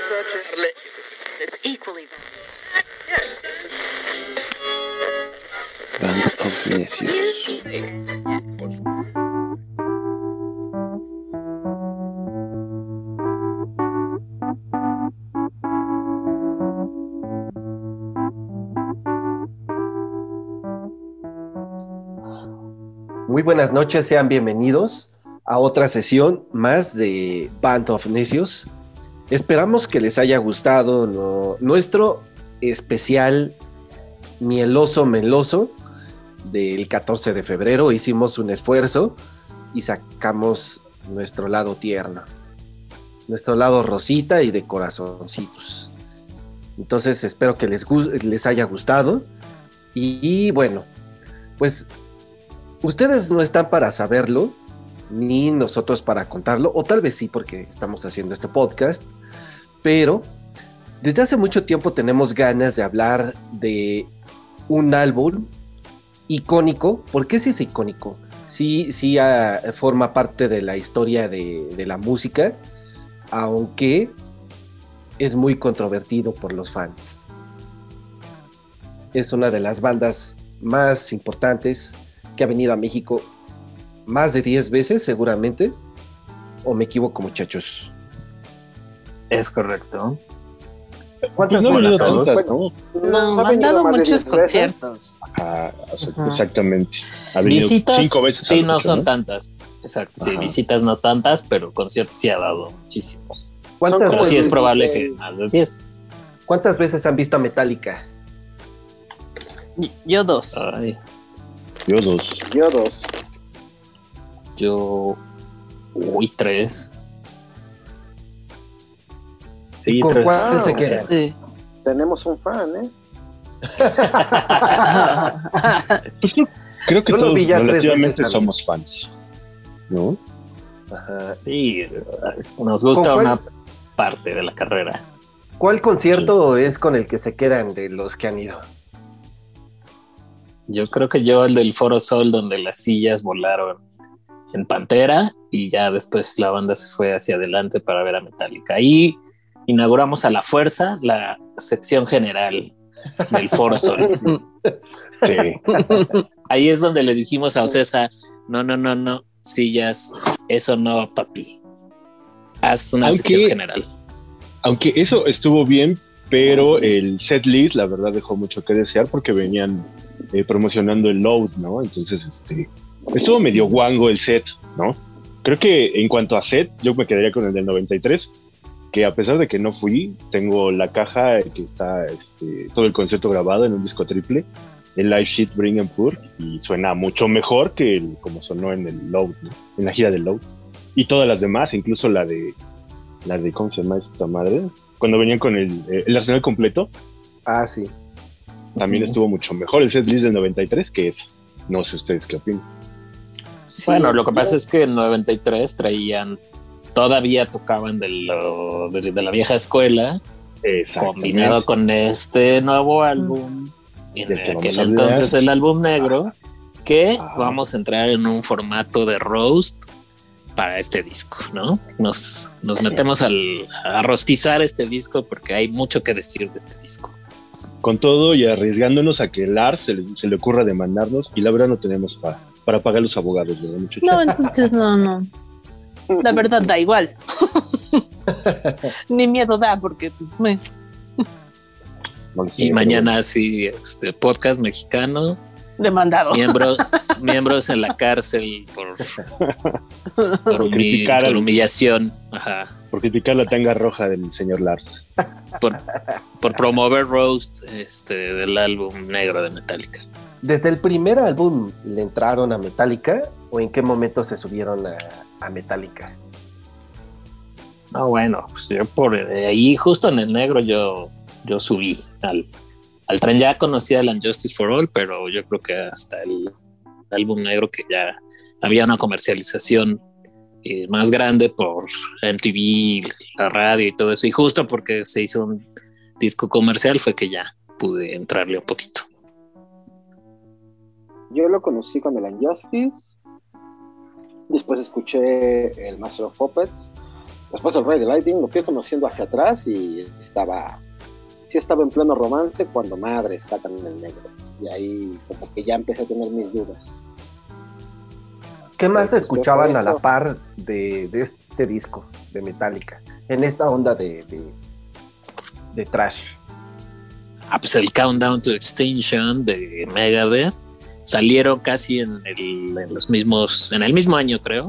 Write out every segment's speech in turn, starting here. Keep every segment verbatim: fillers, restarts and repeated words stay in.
It's equally Band of Necios. Muy buenas noches, sean bienvenidos a otra sesión más de Band of Necios. Esperamos que les haya gustado no, nuestro especial mieloso meloso del catorce de febrero. Hicimos un esfuerzo y sacamos nuestro lado tierno, nuestro lado rosita y de corazoncitos. Entonces espero que les, les haya gustado y, y bueno, pues ustedes no están para saberlo, ni nosotros para contarlo, o tal vez sí porque estamos haciendo este podcast, pero desde hace mucho tiempo tenemos ganas de hablar de un álbum icónico, porque sí es icónico, sí, sí uh, forma parte de la historia de, de la música, aunque es muy controvertido por los fans. Es una de las bandas más importantes que ha venido a México más de diez veces seguramente, o me equivoco, muchachos. Es correcto. ¿Cuántas pues no veces? han venido tantas, ¿no? No, ha han dado venido más de muchos diez veces. conciertos. Ajá, o sea, Ajá. exactamente. Ha venido Visitas, cinco veces. sí, han no dicho, son tantas. Exacto, sí, Ajá. visitas no tantas, pero conciertos sí ha dado muchísimos. ¿Cuántas, Son Pero como sí es veces, probable eh, que más de diez. ¿Cuántas veces han visto a Metallica? Yo dos. Ay, Yo dos. Yo dos. yo. Uy, tres. Sí, ¿Con tres. cuál se Wow. quedan? Sí. Tenemos un fan, ¿eh? Pues creo, creo que Yo lo todos vi ya tres relativamente veces también. somos fans, ¿no? Ajá. Sí, nos gusta ¿Con cuál? una parte de la carrera. ¿Cuál concierto es con el que se quedan de los que han ido? Yo creo que yo el del Foro Sol, donde las sillas volaron en Pantera y ya después la banda se fue hacia adelante para ver a Metallica. Ahí inauguramos a la fuerza la sección general del Foro Sol. Sí. Ahí es donde le dijimos a Ocesa, no, no, no, no, sillas, eso no, papi. Haz una Aunque- sección general. Aunque eso estuvo bien, pero el set list, la verdad, dejó mucho que desear porque venían eh, promocionando el Load, ¿no? Entonces, este, estuvo medio guango el set, ¿no? Creo que en cuanto a set, yo me quedaría con el del noventa y tres, que a pesar de que no fui, tengo la caja que está este, todo el concierto grabado en un disco triple, el Live Sheet Bring and Pur, y suena mucho mejor que el, como sonó en el Load, ¿no? En la gira del Load. Y todas las demás, incluso la de, la de, ¿cómo se llama esta madre? Cuando venían con el, eh, el arsenal completo, Ah, sí. también Ujú. estuvo mucho mejor el set list del noventa y tres que es. No sé ustedes qué opinan. Bueno, lo que pasa es que en noventa y tres traían, todavía tocaban de, lo, de, de la vieja escuela, combinado con este nuevo álbum, en Del que vamos aquel a hablar. entonces el álbum negro, que Ajá. vamos a entrar en un formato de roast para este disco, ¿no? Nos, nos Sí. metemos al, a rostizar este disco porque hay mucho que decir de este disco. Con todo y arriesgándonos a que Lars se le, se le ocurra demandarnos, y la verdad no tenemos para, para pagar los abogados, ¿verdad, muchachos? No, entonces no, no. La verdad da igual. Ni miedo da porque pues me... No lo sé, Y pero mañana sí, este podcast mexicano, demandado. miembros, miembros en la cárcel por, por, Por humi- criticar por al- humillación, ajá, bueno, por criticar la tanga roja del señor Lars. por, por promover roast este, del álbum negro de Metallica. ¿Desde el primer álbum le entraron a Metallica o en qué momento se subieron a, a Metallica? No, bueno, pues yo por ahí, justo en el negro, yo, yo subí al, al tren. Ya conocía el Unjustice for All, pero yo creo que hasta el álbum negro, que ya había una comercialización eh, más grande por M T V, la radio y todo eso. Y justo porque se hizo un disco comercial fue que ya pude entrarle un poquito. Yo lo conocí con el Injustice. Después escuché el Master of Puppets. después el Ride the Lightning lo fui conociendo hacia atrás y estaba, sí estaba en pleno romance cuando madre sacan el negro. Y ahí como que ya empecé a tener mis dudas. ¿Qué más Pues, escuchaban por a la eso- par de, de este disco de Metallica? En esta onda de, de, de trash. Ah, pues el Countdown to Extinction de Megadeth salieron casi en, el, en los mismos, en el mismo año, creo.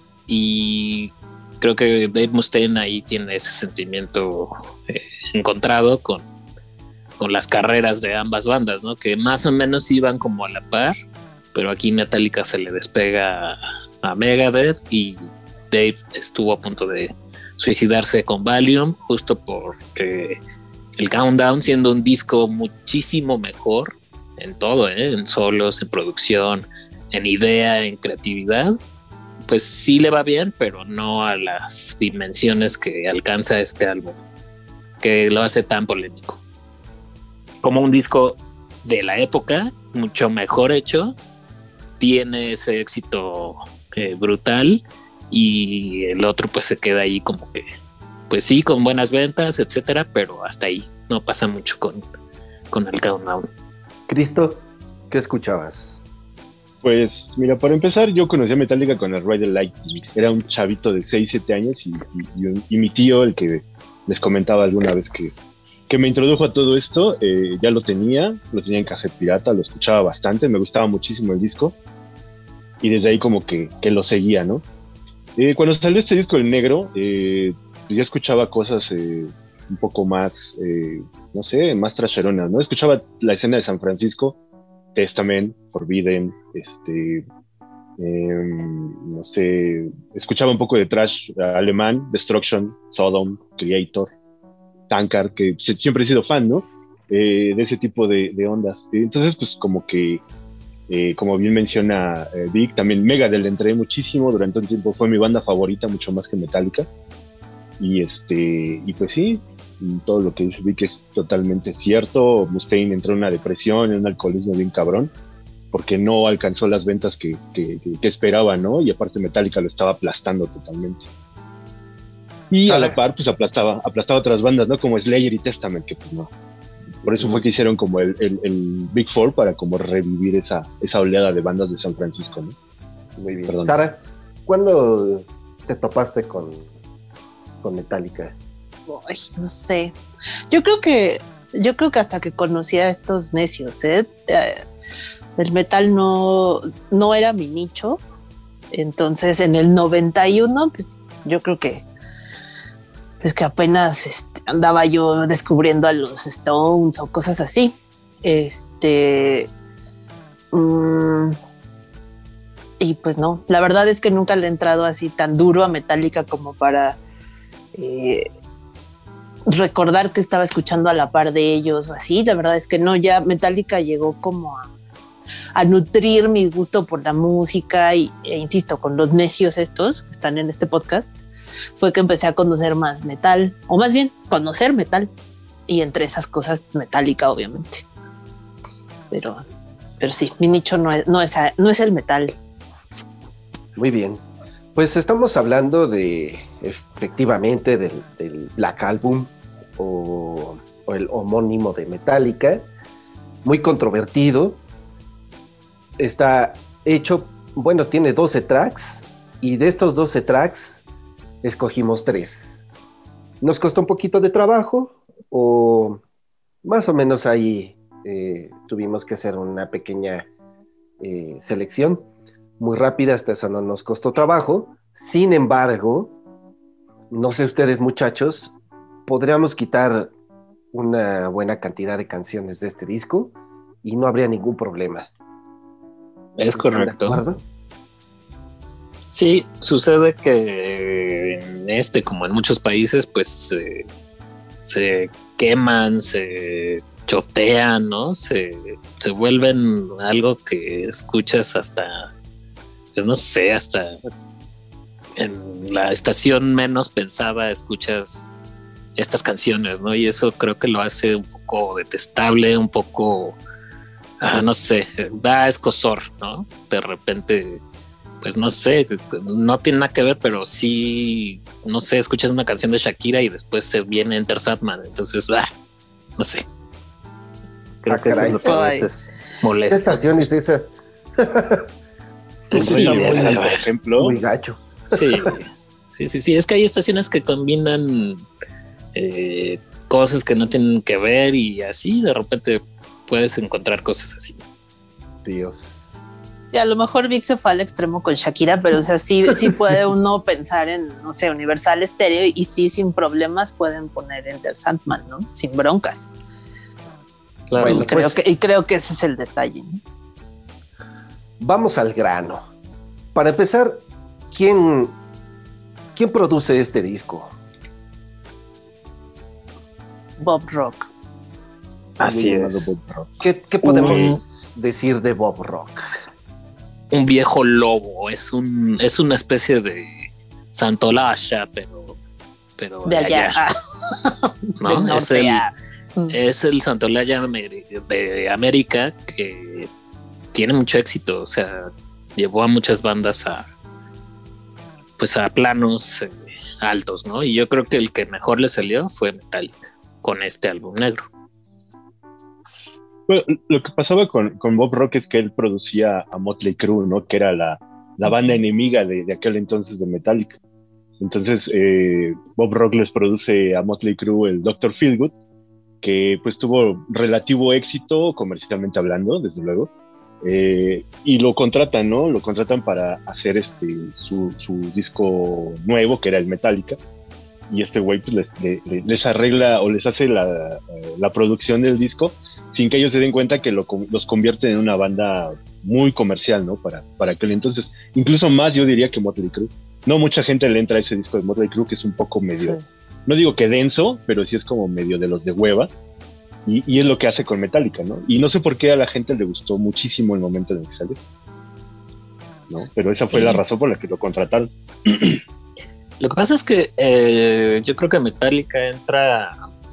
Y creo que Dave Mustaine ahí tiene ese sentimiento eh, encontrado con, con las carreras de ambas bandas, ¿no? Que más o menos iban como a la par, pero aquí Metallica se le despega a Megadeth y Dave estuvo a punto de suicidarse con Valium, justo porque el Countdown, siendo un disco muchísimo mejor en todo, ¿eh? En solos, en producción, en idea, en creatividad, pues sí le va bien, pero no a las dimensiones que alcanza este álbum, que lo hace tan polémico. Como un disco de la época, mucho mejor hecho, tiene ese éxito eh, brutal, y el otro pues se queda ahí como que, pues sí, con buenas ventas, etcétera, pero hasta ahí, no pasa mucho con, con el Countdown. Cristo, ¿qué escuchabas? Pues mira, para empezar, yo conocí a Metallica con el Ride the Lightning. Era un chavito de seis, siete años y, y, y, un- y mi tío, el que les comentaba alguna vez que, que me introdujo a todo esto, eh, ya lo tenía, lo tenía en cassette pirata, lo escuchaba bastante, me gustaba muchísimo el disco y desde ahí como que, que lo seguía, ¿no? Eh, cuando salió este disco, El Negro, eh, pues ya escuchaba cosas eh, un poco más, eh, no sé, más trasheronas, ¿no? Escuchaba la escena de San Francisco, Testament, Forbidden, este, eh, no sé, escuchaba un poco de trash alemán, Destruction, Sodom, Creator, Tankard, que se- siempre he sido fan, ¿no? Eh, de ese tipo de, de ondas. Entonces, pues como que, eh, como bien menciona eh, Vic, también Megadeth le entré muchísimo, durante un tiempo fue mi banda favorita, mucho más que Metallica. Y este, y pues sí, todo lo que dice Vic es totalmente cierto. Mustaine entró en una depresión, en un alcoholismo bien cabrón, porque no alcanzó las ventas que, que, que esperaba, ¿no? Y aparte Metallica lo estaba aplastando totalmente. Y a la par, pues aplastaba, aplastaba otras bandas, ¿no? Como Slayer y Testament, que pues no. Por eso fue que hicieron como el, el, el Big Four, para como revivir esa, esa oleada de bandas de San Francisco, ¿no? Muy bien. Perdón. Sara, ¿cuándo te topaste con, con Metallica? Ay, no sé. Yo creo que, yo creo que hasta que conocí a estos necios, ¿eh? Eh, el metal no, no era mi nicho. Entonces, en el noventa y uno, pues, yo creo que, pues que apenas este, andaba yo descubriendo a los Stones o cosas así. Este. mm, y pues no, la verdad es que nunca le he entrado así tan duro a Metallica como para eh, recordar que estaba escuchando a la par de ellos o así. La verdad es que no, ya Metallica llegó como a, a nutrir mi gusto por la música y, e insisto, con los necios estos que están en este podcast, fue que empecé a conocer más metal, o más bien conocer metal, y entre esas cosas Metallica, obviamente. Pero, pero sí, mi nicho no es, no es, no es el metal. Muy bien. Pues estamos hablando de, efectivamente, del, del Black Album o, o el homónimo de Metallica, muy controvertido. Está hecho, bueno, tiene doce tracks y de estos doce tracks escogimos tres. Nos costó un poquito de trabajo o más o menos ahí eh, tuvimos que hacer una pequeña eh, selección muy rápida, hasta eso no nos costó trabajo. Sin embargo, no sé ustedes muchachos, podríamos quitar una buena cantidad de canciones de este disco y no habría ningún problema. Es ¿Están de correcto. acuerdo? Sí, sucede que en este, como en muchos países, pues se, se queman, se chotean, ¿no? Se, se vuelven algo que escuchas hasta, pues no sé, hasta en la estación menos pensada escuchas estas canciones, ¿no? Y eso creo que lo hace un poco detestable, un poco, ah, no sé, da escozor, ¿no? De repente pues no sé, no tiene nada que ver, pero sí, no sé, escuchas una canción de Shakira y después se viene Enter Sandman, entonces, ah, no sé. Creo Ah, que eso caray. es lo que a veces ¿Qué molesta. estación es esa? Un Sí, Rey Universal, a por ver. ejemplo. Muy gacho. Sí, sí, sí, sí, es que hay estaciones que combinan eh, cosas que no tienen que ver y así de repente puedes encontrar cosas así. Dios. Sí, a lo mejor Vic se fue al extremo con Shakira, pero o sea, sí, sí puede uno pensar en, no sé, Universal Stereo y sí, sin problemas pueden poner Enter Sandman, ¿no? Sin broncas. Claro, Bueno, y, creo pues- que, y creo que ese es el detalle, ¿no? Vamos al grano. Para empezar, ¿quién, quién produce este disco? Bob Rock. así Llamado es. Bob Rock. ¿Qué, qué podemos decir de Bob Rock? Un viejo lobo, es un es una especie de Santolaya, pero pero De allá, ah, ¿no? del Es norte, el, ah. es el Santolaya de América que tiene mucho éxito, o sea, llevó a muchas bandas a pues a planos eh, altos, ¿no? Y yo creo que el que mejor le salió fue Metallica con este álbum negro. Bueno, lo que pasaba con, con Bob Rock es que él producía a Motley Crue, ¿no? Que era la, la banda enemiga de, de aquel entonces de Metallica. Entonces, eh, Bob Rock les produce a Motley Crue el doctor Feelgood, que pues tuvo relativo éxito comercialmente hablando, desde luego. Eh, y lo contratan, ¿no? Lo contratan para hacer este, su, su disco nuevo, que era el Metallica. Y este güey pues, les, les, les arregla o les hace la, la producción del disco sin que ellos se den cuenta que lo, los convierten en una banda muy comercial, ¿no? Para, para aquel entonces. Incluso más, yo diría, que Motley Crue. No mucha gente le entra a ese disco de Motley Crue, que es un poco medio, Sí. no digo que denso, pero sí es como medio de los de hueva. Y, y es lo que hace con Metallica, ¿no? Y no sé por qué a la gente le gustó muchísimo el momento en el que salió, ¿no? Pero esa fue Sí. la razón por la que lo contrataron. Lo que pasa es que eh, yo creo que Metallica entra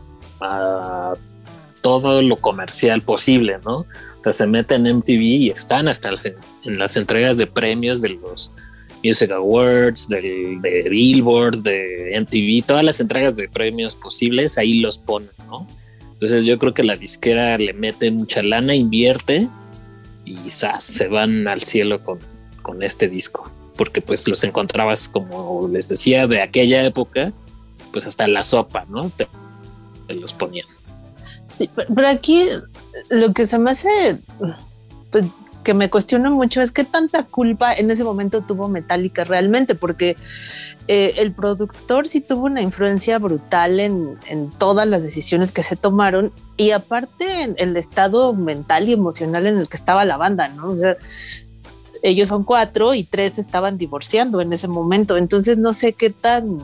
a todo lo comercial posible, ¿no? O sea, se mete en M T V y están hasta las, en las entregas de premios de los Music Awards, del, de Billboard, de M T V, todas las entregas de premios posibles, ahí los ponen, ¿no? Entonces yo creo que la disquera le mete mucha lana, invierte y ¡zas! Se van al cielo con, con este disco. Porque pues los encontrabas, como les decía, de aquella época, pues hasta la sopa, ¿no? Te, te los ponían. Sí, pero aquí lo que se me hace pues, que me cuestiono mucho es qué tanta culpa en ese momento tuvo Metallica realmente, porque eh, el productor sí tuvo una influencia brutal en, en todas las decisiones que se tomaron y aparte en el estado mental y emocional en el que estaba la banda, ¿no? O sea, ellos son cuatro y tres estaban divorciando en ese momento, entonces no sé qué tan,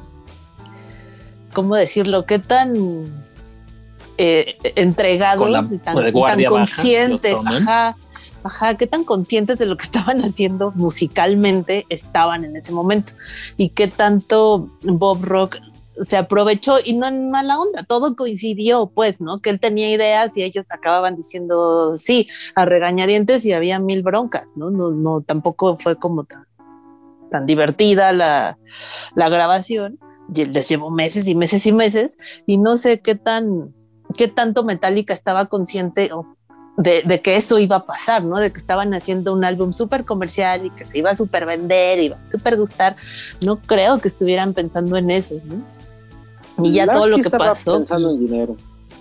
¿cómo decirlo? Qué tan eh, entregados Con la y tan, de guardia tan baja, conscientes, los toman. ajá, ajá, qué tan conscientes de lo que estaban haciendo musicalmente estaban en ese momento y qué tanto Bob Rock se aprovechó y no en mala onda, todo coincidió pues, ¿no? Que él tenía ideas y ellos acababan diciendo sí, a regañadientes y había mil broncas, ¿no? No, no tampoco fue como tan, tan divertida la, la grabación, y les llevó meses y meses y meses y no sé qué tan, qué tanto Metallica estaba consciente de, de que eso iba a pasar, ¿no? De que estaban haciendo un álbum súper comercial y que se iba a súper vender, iba a súper gustar. No creo que estuvieran pensando en eso, ¿no? Y ya Lars todo lo sí que estaba pasó. pensando en dinero.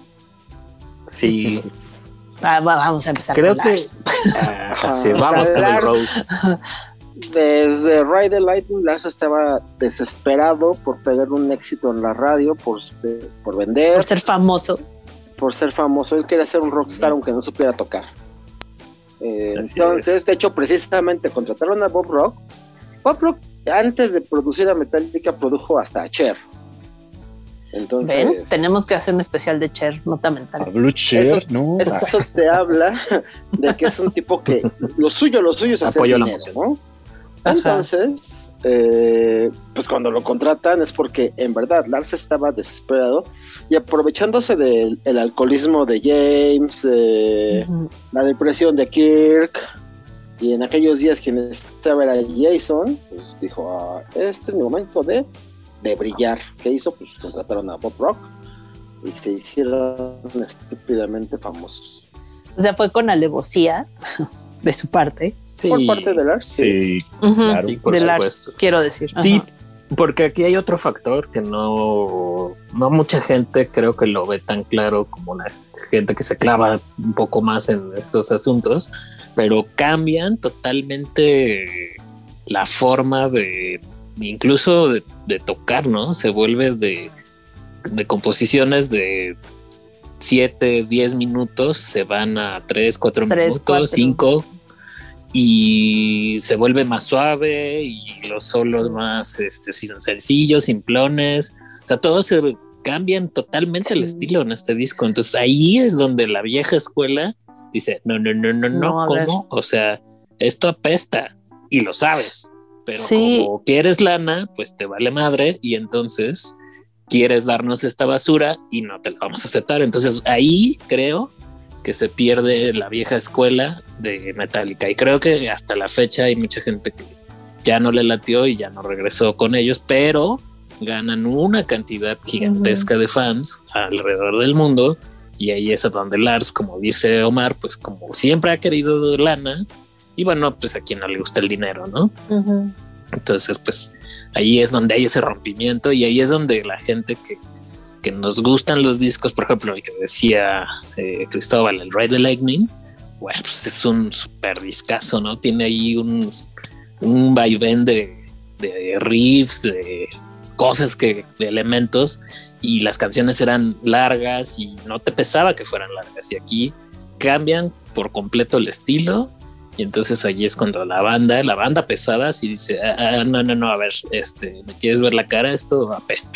Sí, Ah, va, vamos a empezar creo con que Lars. ah, Ajá. sí, O sea, vamos con el Lars- roast. Desde Ride the Lightning, Lars estaba desesperado por pegar un éxito en la radio, por, por vender, Por ser famoso. por ser famoso. Él quería ser un rockstar aunque no supiera tocar. Eh, Así entonces, es. de hecho, precisamente contrataron a Bob Rock. Bob Rock, antes de producir a Metallica, produjo hasta a Cher. Entonces, ¿Ven? Tenemos que hacer un especial de Cher, nota A mental. Blue Cher, Eso- ¿no? esto te habla de que es un tipo que lo suyo, lo suyo es hacer Apoyo la dinero, moción. ¿no? Ajá. Entonces, eh, pues cuando lo contratan es porque en verdad Lars estaba desesperado y aprovechándose del el alcoholismo de James, eh, Ujú. la depresión de Kirk, Y en aquellos días quien estaba era Jason, pues dijo, ah, este es mi momento de, de brillar. ¿Qué hizo? Pues contrataron a Bob Rock y se hicieron estúpidamente famosos. O sea, fue con alevosía de su parte. Sí. Por parte de Lars. Sí, Uh-huh. claro. Sí, por de supuesto. Lars, quiero decir. Sí, Ajá. porque aquí hay otro factor que no, no mucha gente creo que lo ve tan claro como la gente que se clava un poco más en estos asuntos, pero cambian totalmente la forma de, incluso de, de tocar, ¿no? Se vuelve de, de composiciones de siete, diez minutos, se van a tres, cuatro minutos, cuatro. cinco, y se vuelve más suave y los solos más este, sencillos, simplones. O sea, todos se cambian totalmente sí. el estilo en este disco. Entonces ahí es donde la vieja escuela dice, no, no, no, no, no, no ¿cómo? O sea, esto apesta y lo sabes, pero sí. como quieres lana, pues te vale madre y entonces quieres darnos esta basura y no te la vamos a aceptar. Entonces ahí creo que se pierde la vieja escuela de Metallica y creo que hasta la fecha hay mucha gente que ya no le latió y ya no regresó con ellos, pero ganan una cantidad gigantesca uh-huh. de fans alrededor del mundo y ahí es a donde Lars, como dice Omar, pues como siempre ha querido lana y bueno, pues a quien no le gusta el dinero, ¿no? Uh-huh. Entonces pues ahí es donde hay ese rompimiento y ahí es donde la gente que que nos gustan los discos, por ejemplo, el que decía eh, Cristóbal, el Ride the Lightning, bueno, pues es un super discazo, ¿no? Tiene ahí un, un vaivén de, de riffs, de cosas que, de elementos, y las canciones eran largas y no te pesaba que fueran largas, y aquí cambian por completo el estilo, y entonces allí es cuando la banda, la banda pesada, sí dice, ah, no, no, no, a ver, este, ¿me quieres ver la cara? Esto apesta.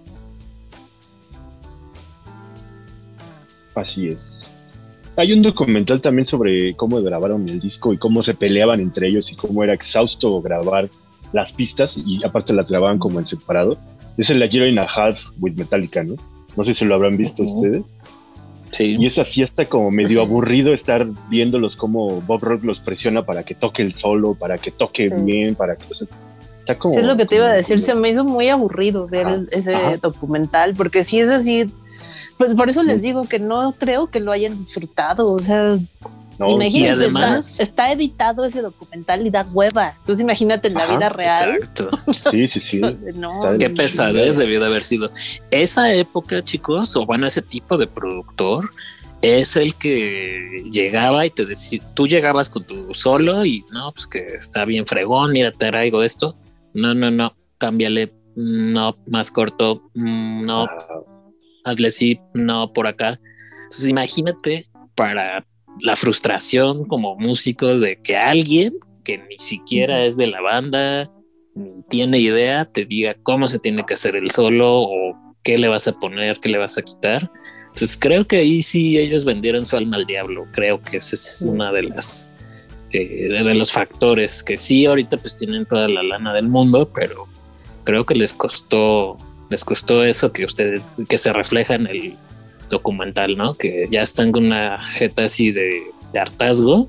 Así es. Hay un documental también sobre cómo grabaron el disco y cómo se peleaban entre ellos y cómo era exhausto grabar las pistas y aparte las grababan como en separado. Es el A Year and a Half with Metallica, ¿no? No sé si lo habrán visto uh-huh. ustedes. Sí. Y es así hasta como medio aburrido estar viéndolos cómo Bob Rock los presiona para que toque el solo, para que toque sí. bien, para que... O sea, está como... Sí, es lo que te iba a decir, como, se me hizo muy aburrido ver ajá, ese ajá. documental, porque sí es así... Pues por eso les digo que no creo que lo hayan disfrutado, o sea, no, imagínense, además, está, está editado ese documental y da hueva, entonces imagínate en la ajá, vida real. Exacto. Sí, sí, sí. No, qué pesadez debió de haber sido. Esa época, chicos, o bueno, ese tipo de productor es el que llegaba y te decía, tú llegabas con tu solo y no, pues que está bien fregón, mira, te traigo esto. No, no, no, cámbiale, no, más corto, no. Ah. Hazle sí, no por acá. Entonces imagínate para la frustración como músico de que alguien que ni siquiera uh-huh. es de la banda, ni tiene idea, te diga cómo se tiene que hacer el solo o qué le vas a poner, qué le vas a quitar. Entonces creo que ahí sí ellos vendieron su alma al diablo. Creo que ese es una de las eh, de los factores que sí ahorita pues tienen toda la lana del mundo, pero creo que les costó les costó eso que ustedes, que se refleja en el documental, ¿no? Que ya están con una jeta así de, de hartazgo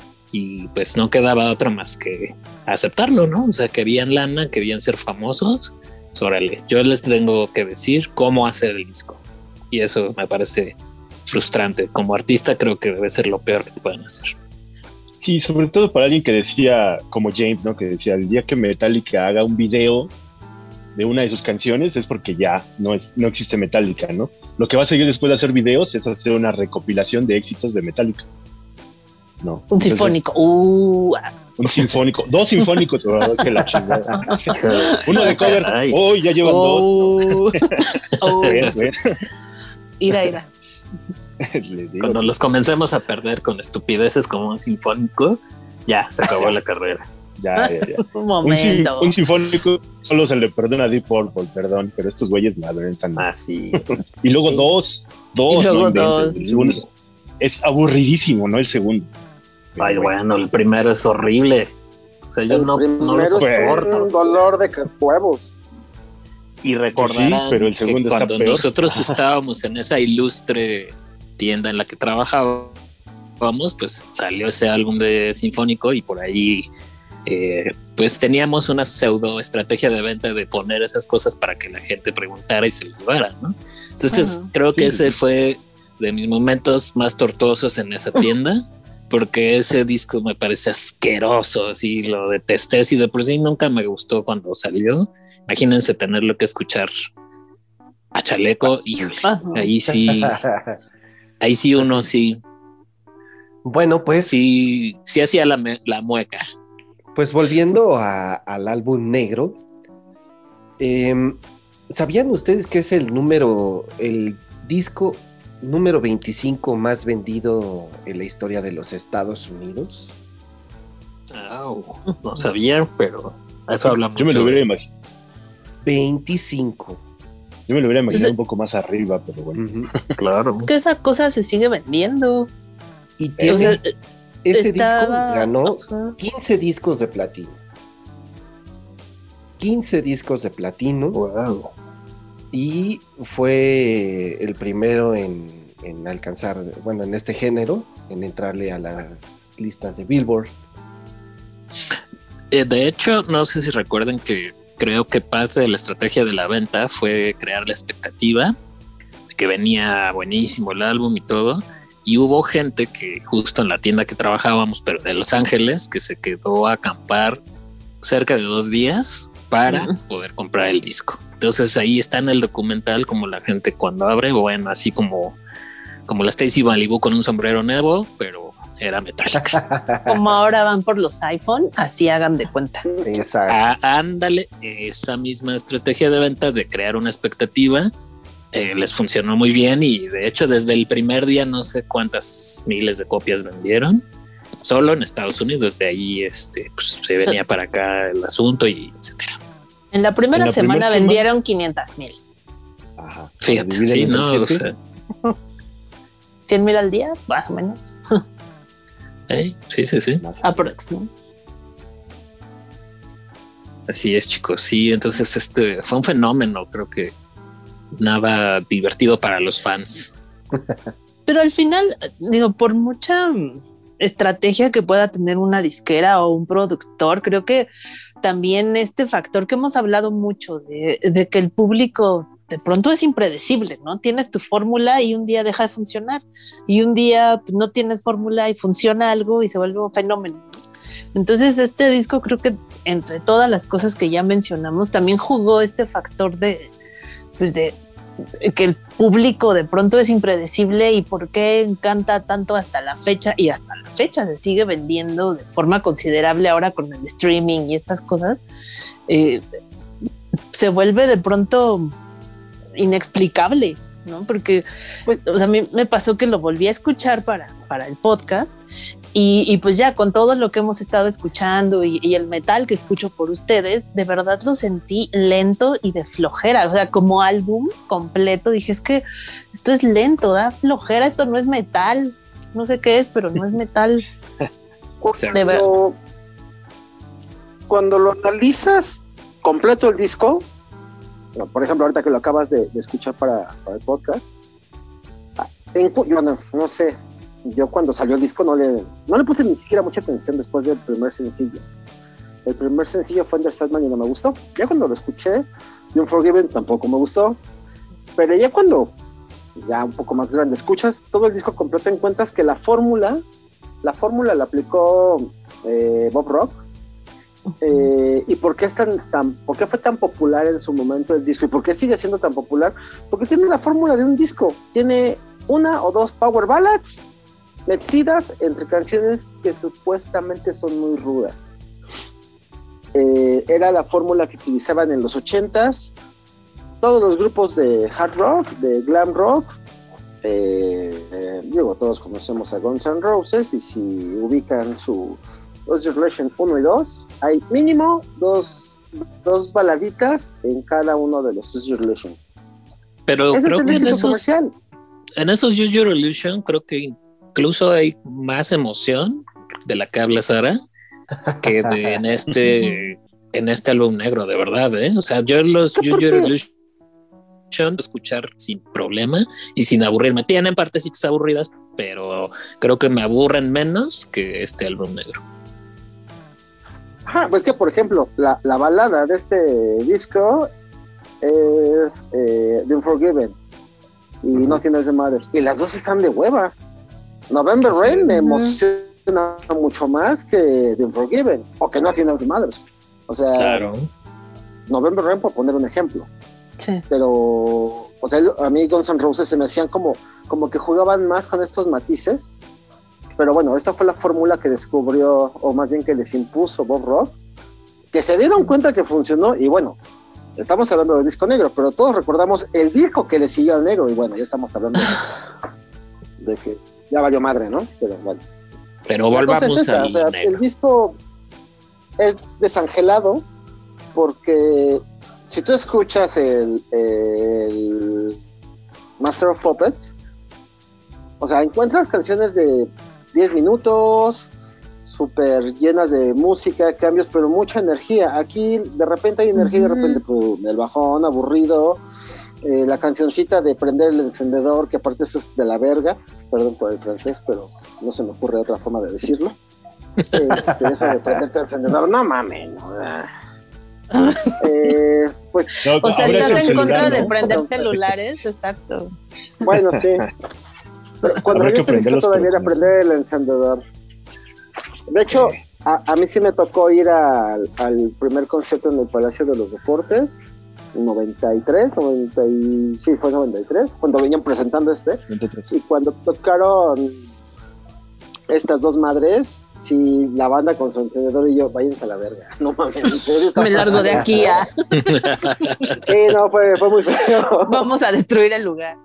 y pues no quedaba otra más que aceptarlo, ¿no? O sea, querían lana, querían ser famosos. Órale, yo les tengo que decir cómo hacer el disco y eso me parece frustrante. Como artista creo que debe ser lo peor que pueden hacer. Sí, sobre todo para alguien que decía, como James, ¿no? Que decía, el día que Metallica haga un video de una de sus canciones es porque ya no, es, no existe Metallica, ¿no? Lo que va a seguir después de hacer videos es hacer una recopilación de éxitos de Metallica. No. Un Entonces, sinfónico. Uh. Un sinfónico. Dos sinfónicos. Que la chingada. Uno de cover. Oh, ya llevan oh. dos. Oh. Ven, ven. Ira, ira. Les digo. Cuando los comencemos a perder con estupideces como un sinfónico, ya se acabó la carrera. Ya, ya, ya. Un momento. Un, un sinfónico solo se le perdona a Deep Purple, perdón, pero estos güeyes la ven tan ah, sí. Y luego sí. dos, dos, y luego no dos. El segundo es, es aburridísimo, ¿no? El segundo. Pero Ay, bueno. bueno, el primero es horrible. O sea, yo el no, no lo soporto. Un dolor de huevos. Y recordarán pues sí, pero el segundo que cuando está peor. Nosotros estábamos en esa ilustre tienda en la que trabajábamos, tocábamos, pues salió ese álbum de Sinfónico y por ahí eh, pues teníamos una pseudo estrategia de venta de poner esas cosas para que la gente preguntara y se lo llevara, ¿no? Entonces uh-huh. creo que sí. ese fue de mis momentos más tortuosos en esa tienda, porque ese disco me parece asqueroso, así lo detesté, y de por sí nunca me gustó cuando salió. Imagínense tenerlo que escuchar a Chaleco, híjole, uh-huh. ahí sí, ahí sí uno sí. Bueno, pues sí, sí hacía la, la mueca. Pues volviendo a, al álbum negro, eh, ¿sabían ustedes que es el número, el disco número veinticinco más vendido en la historia de los Estados Unidos? Oh, no sabía, pero eso habla mucho. Yo me lo hubiera imaginado. veinticinco. Yo me lo hubiera imaginado un poco más arriba, pero bueno. Uh-huh. Claro. Es que esa cosa se sigue vendiendo. Y tiene, o sea, ese estaba... disco ganó quince discos de platino. quince discos de platino. Wow. Y fue el primero en, en alcanzar, bueno, en este género, en entrarle a las listas de Billboard. Eh, de hecho, no sé si recuerden que creo que parte de la estrategia de la venta fue crear la expectativa de que venía buenísimo el álbum y todo. Y hubo gente que justo en la tienda que trabajábamos, pero de Los Ángeles, que se quedó a acampar cerca de dos días para uh-huh. poder comprar el disco. Entonces ahí está en el documental como la gente cuando abre, bueno, así como, como la Stacy Malibu con un sombrero nuevo, pero era metálica. Como ahora van por los iPhone, así hagan de cuenta. Exacto. Ah, ándale, esa misma estrategia de venta de crear una expectativa. Eh, les funcionó muy bien y de hecho desde el primer día no sé cuántas miles de copias vendieron solo en Estados Unidos. Desde ahí este, pues, se venía para acá el asunto y etcétera. En la primera en la semana primer vendieron semana... quinientas mil. Ajá. Fíjate, sí, no, o sea, cien mil al día, más o menos. ¿Eh? Sí, sí, sí. Aprox, ¿no? Así es, chicos. Sí, entonces este fue un fenómeno, creo que nada divertido para los fans. Pero al final, digo, por mucha estrategia que pueda tener una disquera o un productor, creo que también este factor que hemos hablado mucho de, de que el público de pronto es impredecible, ¿no? Tienes tu fórmula y un día deja de funcionar y un día no tienes fórmula y funciona algo y se vuelve un fenómeno. Entonces este disco creo que entre todas las cosas que ya mencionamos también jugó este factor de pues de que el público de pronto es impredecible y por qué encanta tanto hasta la fecha, y hasta la fecha se sigue vendiendo de forma considerable ahora con el streaming y estas cosas, eh, se vuelve de pronto inexplicable, ¿no? Porque pues, o sea, a mí me pasó que lo volví a escuchar para, para el podcast y, y pues ya con todo lo que hemos estado escuchando y, y el metal que escucho por ustedes, de verdad lo sentí lento y de flojera, o sea, como álbum completo dije, es que esto es lento, da flojera, esto no es metal, no sé qué es, pero no es metal. De verdad. Cuando lo analizas completo el disco, por ejemplo, ahorita que lo acabas de, de escuchar para, para el podcast, en, yo no, no sé, yo cuando salió el disco no le, no le puse ni siquiera mucha atención después del primer sencillo. El primer sencillo fue Enter Sandman y no me gustó. Ya cuando lo escuché, The Unforgiven tampoco me gustó. Pero ya cuando, ya un poco más grande, escuchas todo el disco completo, encuentras que la fórmula, la fórmula la aplicó eh, Bob Rock. Eh, ¿Y por qué, es tan, tan, por qué fue tan popular en su momento el disco? ¿Y por qué sigue siendo tan popular? Porque tiene la fórmula de un disco. Tiene una o dos power ballads metidas entre canciones que supuestamente son muy rudas. Eh, era la fórmula que utilizaban en los ochentas todos los grupos de hard rock, de glam rock. Eh, eh, digo, todos conocemos a Guns N' Roses, y si ubican su Use Your Illusion uno y dos, hay mínimo dos, dos baladitas en cada uno de los Use Your Illusion. Pero ese creo es que en esos, comercial. en esos Use Your Illusion creo que incluso hay más emoción de la que habla Sara que de, en este en este álbum negro, de verdad, ¿eh? O sea, yo los Use Your Illusion escuchar sin problema y sin aburrirme. Tienen partecitas aburridas, pero creo que me aburren menos que este álbum negro. Ajá, pues que por ejemplo, la, la balada de este disco es eh, The Unforgiven y Nothing Else Matters, y las dos están de hueva. November Sí. Rain me emociona mucho más que The Unforgiven o que Nothing Else Matters. O sea, Claro. November Rain por poner un ejemplo. Sí. Pero, o sea, a mí Guns N' Roses se me hacían como, como que jugaban más con estos matices. Pero bueno, esta fue la fórmula que descubrió, o más bien que les impuso Bob Rock, que se dieron cuenta que funcionó. Y bueno, estamos hablando del disco negro, pero todos recordamos el disco que le siguió al negro. Y bueno, ya estamos hablando de, de que ya valió madre, ¿no? Pero bueno. Pero La cosa volvamos es esa, al o sea, negro. el disco es desangelado porque si tú escuchas el, el Master of Puppets, o sea, encuentras canciones de diez minutos, súper llenas de música, cambios, pero mucha energía. Aquí de repente hay energía y de repente pum, el bajón, aburrido, eh, la cancioncita de prender el encendedor, que aparte eso es de la verga, perdón por el francés, pero no se me ocurre otra forma de decirlo. Este, eso de prender el encendedor, no mames, no. Eh, pues, No, O sea, ahora es estás el en contra celular, de ¿no? prender celulares, exacto. bueno, sí. Pero cuando Habrá vi que este disco prenderlos, todavía pero era con eso. prender el encendedor. De hecho, a, a mí sí me tocó ir al, al primer concierto en el Palacio de los Deportes, en noventa y tres, noventa y, sí, fue noventa y tres, cuando venían presentando este, y cuando tocaron estas dos madres, sí, la banda con su encendedor y yo, váyanse a la verga, no mames. ¿en serio está Me largo de pasando? aquí a... Sí, no, fue, fue muy feo. Vamos a destruir el lugar.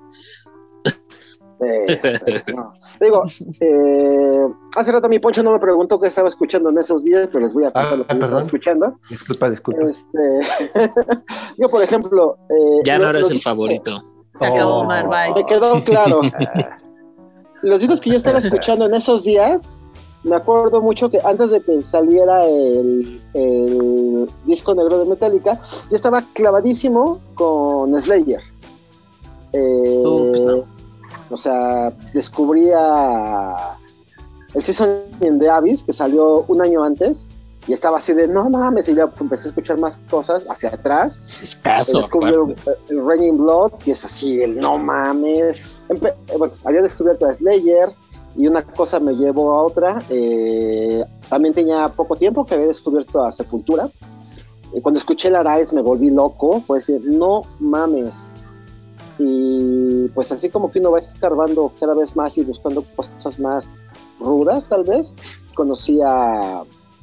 Eh, no. Digo, eh, hace rato mi Poncho no me preguntó qué estaba escuchando en esos días, pero les voy a contar Ah, lo que yo perdón. estaba escuchando. Disculpa, disculpa. Este, yo, por ejemplo, eh, Ya lo- no eres los el discos- favorito. Se acabó Oh. Omar, bye. Me quedó claro. Ah, Los discos que yo estaba escuchando en esos días, me acuerdo mucho que antes de que saliera el, el disco negro de Metallica, yo estaba clavadísimo con Slayer. Eh, Ups, no. O sea, descubría el Season in the Abyss, que salió un año antes, y estaba así de, no mames, y ya empecé a escuchar más cosas hacia atrás. Escaso. Descubrí el, el Raining Blood, que es así, el no mames. Empe- eh, bueno, había descubierto a Slayer, y una cosa me llevó a otra. Eh, también tenía poco tiempo que había descubierto a Sepultura. Y cuando escuché el Arise me volví loco, fue decir, no mames. Y pues así como que uno va escarbando cada vez más y buscando cosas más rudas, tal vez, conocí a,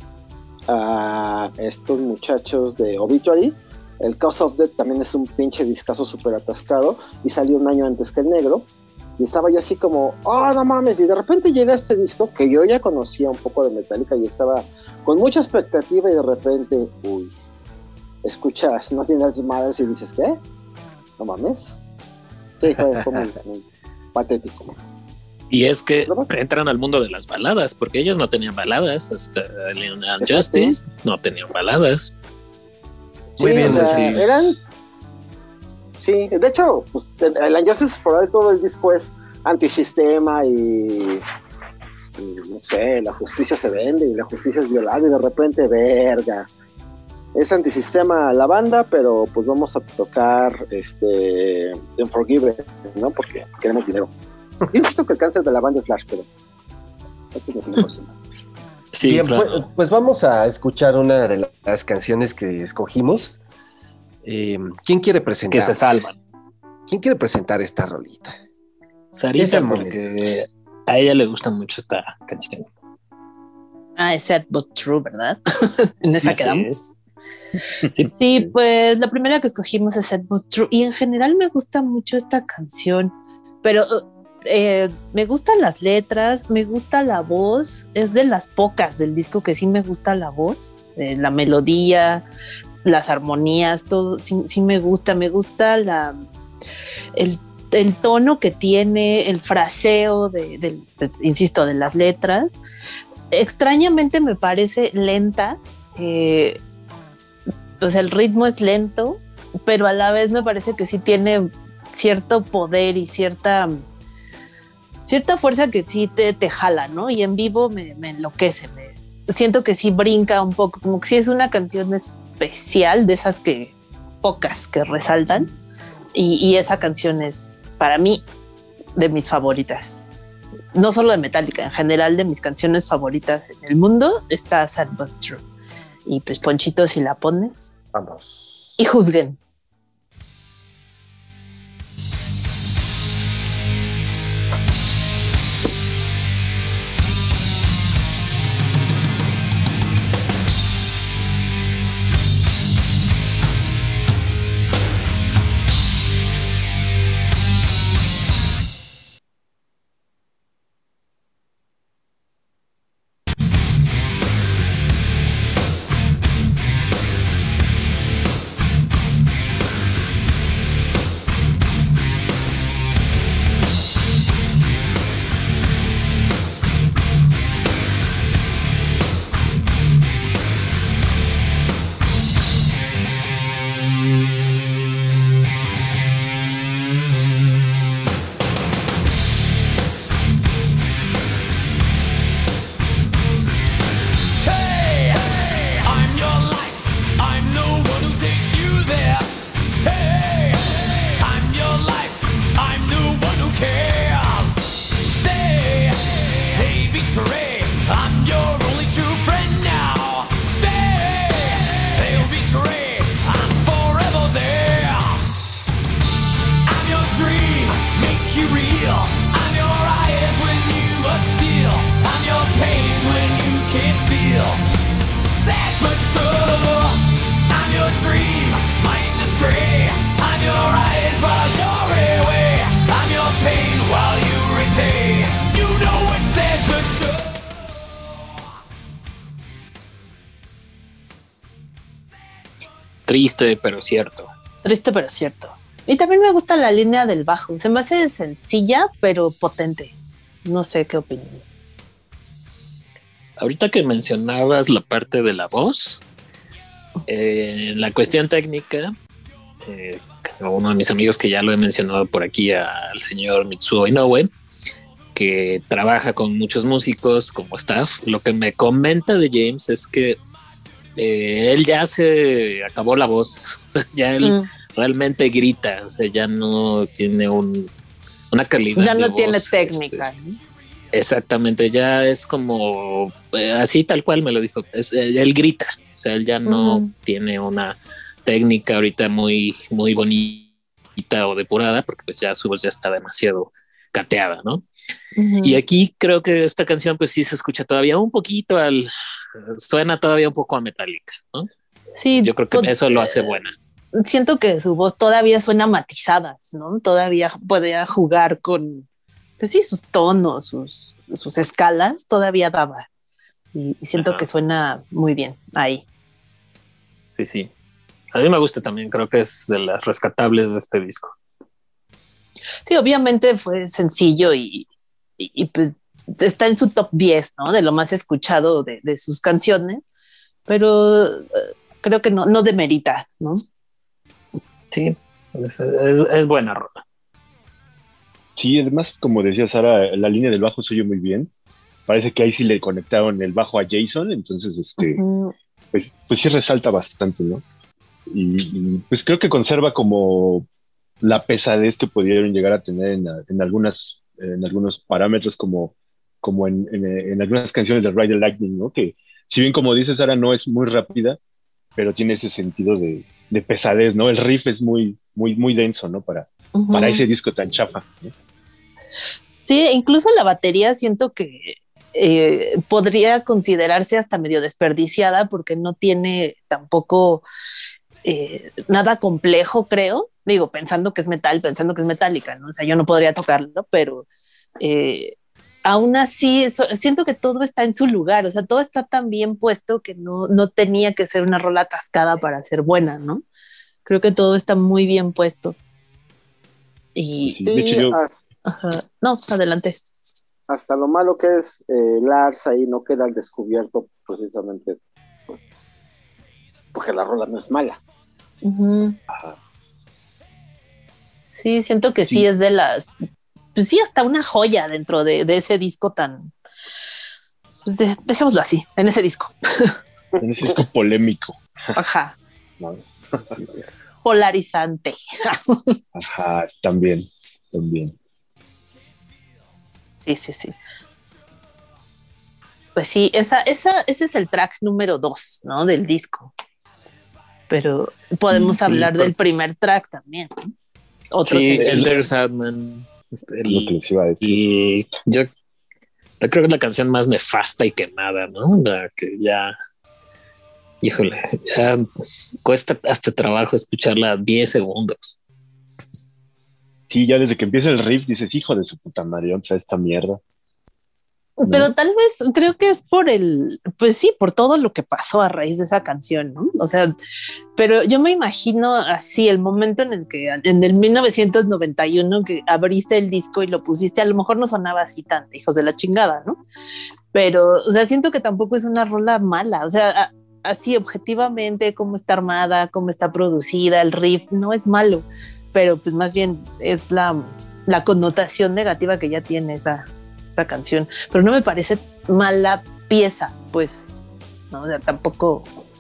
a estos muchachos de Obituary. El Cause of Death también es un pinche discazo súper atascado y salió un año antes que el negro. Y estaba yo así como, oh, no mames, y de repente llega este disco que yo ya conocía un poco de Metallica y estaba con mucha expectativa y de repente, uy, escuchas Nothing Else Matters y dices, ¿qué? No mames. Sí, fue, fue muy, muy patético. Y es que entran al mundo de las baladas, porque ellos no tenían baladas, hasta Leon and Justice no tenían baladas. Muy Sí, bien, o sea, sí. eran... Sí, de hecho, pues, el Injustice for All, todo el disco es antisistema y, y no sé, la justicia se vende y la justicia es violada y de repente, verga. Es antisistema la banda, pero pues vamos a tocar este Unforgiven, ¿no? Porque queremos dinero. Insisto que el cáncer de la banda es Slash, pero ese es mi opinión personal. Sí, Bien, claro. pues, pues vamos a escuchar una de las canciones que escogimos. Eh, ¿Quién quiere presentar? Que se salvan. ¿Quién quiere presentar esta rolita? Es Sarita, el porque a ella le gusta mucho esta canción. Ah, es Sad But True, ¿verdad? En esa Así quedamos. es. Sí. Sí, pues la primera que escogimos es Sad But True y en general me gusta mucho esta canción, pero eh, me gustan las letras, me gusta la voz, es de las pocas del disco que sí me gusta la voz, eh, la melodía, las armonías, todo, sí, sí me gusta, me gusta la, el, el tono que tiene, el fraseo, de, del, pues, insisto, de las letras. Extrañamente me parece lenta, eh, o sea, el ritmo es lento, pero a la vez me parece que sí tiene cierto poder y cierta cierta fuerza que sí te, te jala, ¿no? Y en vivo me, me enloquece, me, siento que sí brinca un poco, como que sí es una canción especial, de esas que pocas que resaltan, y, y esa canción es para mí de mis favoritas. No solo de Metallica, en general de mis canciones favoritas en el mundo está Sad But True. Y pues Ponchito, si la pones. Vamos. Y juzguen. Triste, pero cierto. Triste, pero cierto. Y también me gusta la línea del bajo. Se me hace sencilla, pero potente. No sé qué opinan. Ahorita que mencionabas la parte de la voz, eh, la cuestión técnica, eh, uno de mis amigos que ya lo he mencionado por aquí, al señor Mitsuo Inoue, que trabaja con muchos músicos como staff, lo que me comenta de James es que eh, él ya se acabó la voz, ya él mm. realmente grita, o sea, ya no tiene un, una calidad ya no de voz, tiene técnica, este, ¿no? Exactamente, ya es como eh, así tal cual me lo dijo, es, eh, él grita, o sea, él ya no uh-huh. tiene una técnica ahorita muy, muy bonita o depurada, porque pues ya su voz ya está demasiado cateada, ¿no? Uh-huh. Y aquí creo que esta canción pues sí se escucha todavía un poquito al, suena todavía un poco a Metallica, ¿no? Sí. Yo creo que pues, eso lo hace buena. Siento que su voz todavía suena matizada, ¿no? Todavía podía jugar con, pues sí, sus tonos, sus, sus escalas, todavía daba. Y, y siento Ajá. que suena muy bien ahí. Sí, sí. A mí me gusta también, creo que es de las rescatables de este disco. Sí, obviamente fue sencillo y, y, y pues está en su top diez, ¿no? De lo más escuchado de, de sus canciones, pero uh, creo que no, no demerita, ¿no? Sí, es, es, es buena rola. Sí, además, como decía Sara, la línea del bajo se oye muy bien. Parece que ahí sí le conectaron el bajo a Jason, entonces este, uh-huh. pues, pues sí resalta bastante, ¿no? Y, y pues creo que conserva como la pesadez que pudieron llegar a tener en, en, algunas, en algunos parámetros, como, como en, en, en algunas canciones de Ride the Lightning, ¿no? Que si bien, como dices, Sara, no es muy rápida, pero tiene ese sentido de, de pesadez, ¿no? El riff es muy, muy, muy denso, ¿no? Para, uh-huh. para ese disco tan chafa, ¿no? Sí, incluso la batería siento que eh, podría considerarse hasta medio desperdiciada porque no tiene tampoco eh, nada complejo, creo. Digo, pensando que es metal, pensando que es metálica, ¿no? O sea, yo no podría tocarlo, pero eh, aún así so, siento que todo está en su lugar, o sea, todo está tan bien puesto que no, no tenía que ser una rola atascada para ser buena, ¿no? Creo que todo está muy bien puesto. Y, sí, de hecho yo... Ajá. No, adelante. Hasta lo malo que es eh, Lars ahí no queda al descubierto precisamente pues, porque la rola no es mala. Uh-huh. Sí, siento que sí. sí es de las pues sí, hasta una joya dentro de, de ese disco tan, pues de, dejémoslo así, en ese disco. En ese disco polémico. Ajá. ¿No? Así es. Polarizante. Ajá, también, también. Sí, sí, sí. Pues sí, esa, esa, ese es el track número dos, ¿no? Del disco. Pero podemos Sí, hablar pero- del primer track también, ¿no? Otro Sí, sencillo. Enter Sandman. El- Lo que les iba a decir. y yo, yo creo que es la canción más nefasta y quemada, ¿no? La que ya, híjole, ya cuesta hasta trabajo escucharla diez segundos. Sí, ya desde que empieza el riff dices, hijo de su puta madre, o sea, esta mierda. Pero tal vez creo que es por el, pues sí, por todo lo que pasó a raíz de esa canción, ¿no? O sea, pero yo me imagino así el momento en el que en el mil novecientos noventa y uno que abriste el disco y lo pusiste, a lo mejor no sonaba así tan hijos de la chingada, ¿no? Pero, o sea, siento que tampoco es una rola mala, o sea, a, así objetivamente cómo está armada, cómo está producida, el riff no es malo, pero pues más bien es la, la connotación negativa que ya tiene esa esa canción, pero no me parece mala pieza, pues, ¿no? O sea, tampoco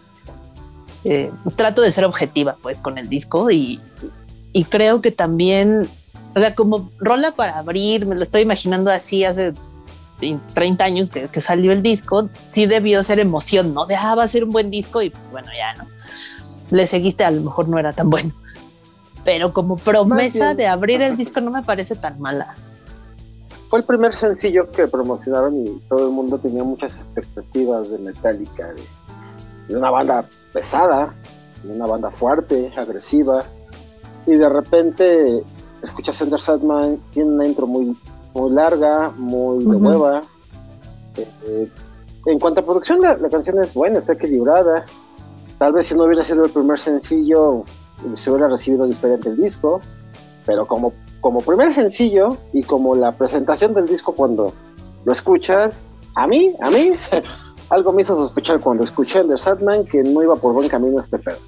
eh, trato de ser objetiva, pues, con el disco y, y creo que también, o sea, como rola para abrir, me lo estoy imaginando así hace treinta años que, que salió el disco, sí debió ser emoción, ¿no? De, ah, va a ser un buen disco y bueno, ya, ¿no? Le seguiste, a lo mejor no era tan bueno, pero como promesa de abrir el disco no me parece tan mala. Fue el primer sencillo que promocionaron y todo el mundo tenía muchas expectativas de Metallica, de, de una banda pesada, de una banda fuerte, agresiva, y de repente escuchas Enter Sandman, tiene una intro muy, muy larga, muy de Uh-huh. hueva. Eh, en cuanto a producción, la, la canción es buena, está equilibrada. Tal vez si no hubiera sido el primer sencillo, se hubiera recibido diferente el disco, pero como como primer sencillo y como la presentación del disco cuando lo escuchas, a mí, a mí, algo me hizo sospechar cuando escuché Enter Sandman que no iba por buen camino este pedo.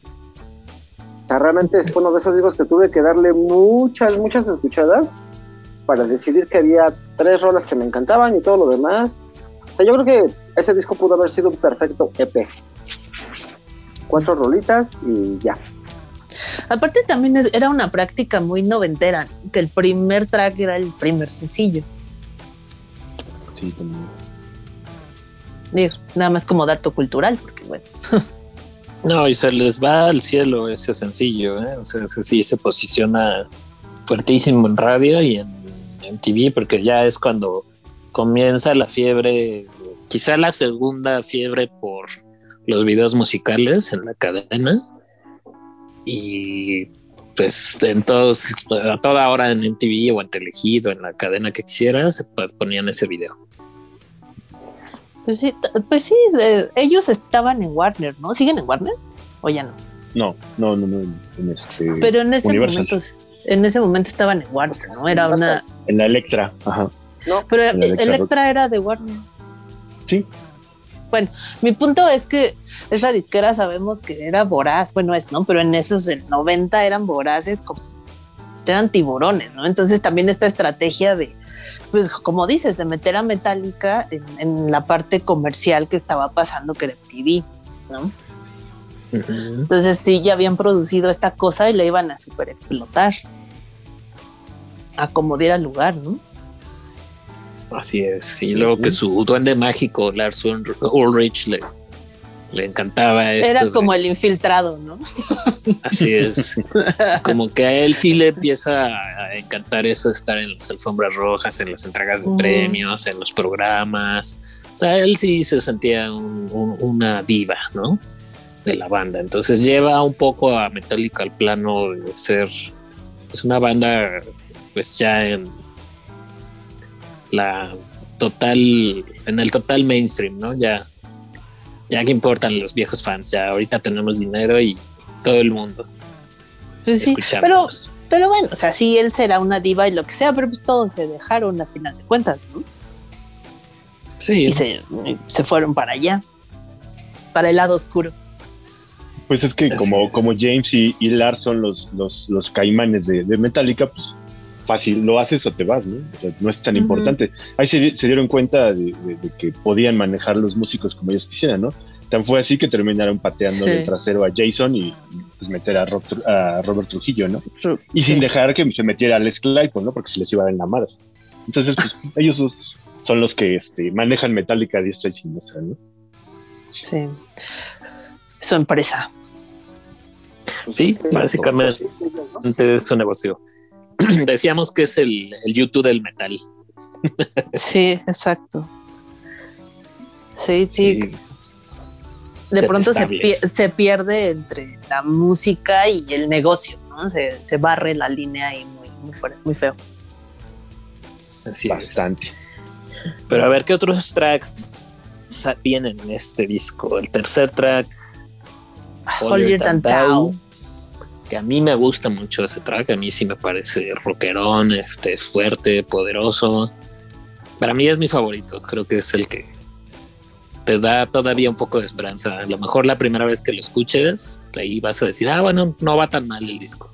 O sea, realmente fue uno de esos discos que tuve que darle muchas, muchas escuchadas para decidir que había tres rolas que me encantaban y todo lo demás. O sea, yo creo que ese disco pudo haber sido un perfecto E P. Cuatro rolitas y ya. Aparte también es, era una práctica muy noventera, ¿no? Que el primer track era el primer sencillo. Sí, también. Digo, nada más como dato cultural, porque bueno. No, y se les va al cielo ese sencillo, ¿eh? O sea, ese sí se posiciona fuertísimo en radio y en, en T V, porque ya es cuando comienza la fiebre, quizá la segunda fiebre por los videos musicales en la cadena. Y pues en todos, a toda hora en M T V o en Telehit o en la cadena que quisieras, se ponían ese video. Pues sí, pues sí eh, ellos estaban en Warner, ¿no? ¿Siguen en Warner? ¿O ya no? No, no, no, no. En este, Pero en ese Universal. momento, en ese momento estaban en Warner, ¿no? Era una. En la Electra, ajá. No, Pero En la Electra Electra era de Warner. Sí. Bueno, mi punto es que esa disquera sabemos que era voraz, bueno es, ¿no? Pero en esos del noventa eran voraces, como eran tiburones, ¿no? Entonces también esta estrategia de, pues como dices, de meter a Metallica en, en la parte comercial que estaba pasando, que era M T V, ¿no? Uh-huh. Entonces sí, ya habían producido esta cosa y la iban a super explotar, a como diera lugar, ¿no? Así es. Y luego que su duende mágico, Lars Ulrich, le, le encantaba esto. Era de- como el infiltrado, ¿no? Así es. Como que a él sí le empieza a encantar eso de estar en las alfombras rojas, en las entregas de Ujú. premios, en los programas. O sea, él sí se sentía un- un- una diva, ¿no? De la banda. Entonces lleva un poco a Metallica al plano de ser pues, una banda pues ya en la total, en el total mainstream, ¿no? Ya, ya que importan los viejos fans, ya ahorita tenemos dinero y todo el mundo Pues sí, escuchamos. pero, pero bueno, o sea, sí, él será una diva y lo que sea, pero pues todos se dejaron a final de cuentas, ¿no? Sí, Y se, se fueron para allá, para el lado oscuro. Pues es que Así como, es. como James y, y Lars son los, los, los caimanes de, de Metallica, pues fácil, lo haces o te vas, ¿no? O sea, no es tan Ujú. importante. Ahí se, se dieron cuenta de, de- de que podían manejar los músicos como ellos quisieran, ¿no? Tan fue así que terminaron pateando Sí. el trasero a Jason y, y, pues meter a, Rob Tru- a Robert Trujillo, ¿no? Y Sí. sin dejar que se metiera a Les Claypool, ¿no? Porque se les iba a dar en la madre. Entonces, pues, ellos sos- son los que este, manejan Metallica a diestra y siniestra, ¿no? Sí. Su empresa. Sí, básicamente es su negocio. Decíamos que es el, el YouTube del metal. Sí, exacto. Sí, sí. Sí. De pronto se, Detestables. pie- se pierde entre la música y el negocio, ¿no? Se, se barre la línea ahí muy, muy, fuerte, muy feo. Así es. Bastante. Pero a ver, ¿qué otros tracks sa- tienen en este disco? El tercer track, Holier Than Thou. que a mí me gusta mucho ese track. A mí sí me parece rockerón, este, fuerte, poderoso. Para mí es mi favorito. Creo que es el que te da todavía un poco de esperanza. A lo mejor la primera vez que lo escuches, ahí vas a decir, ah, bueno, no va tan mal el disco.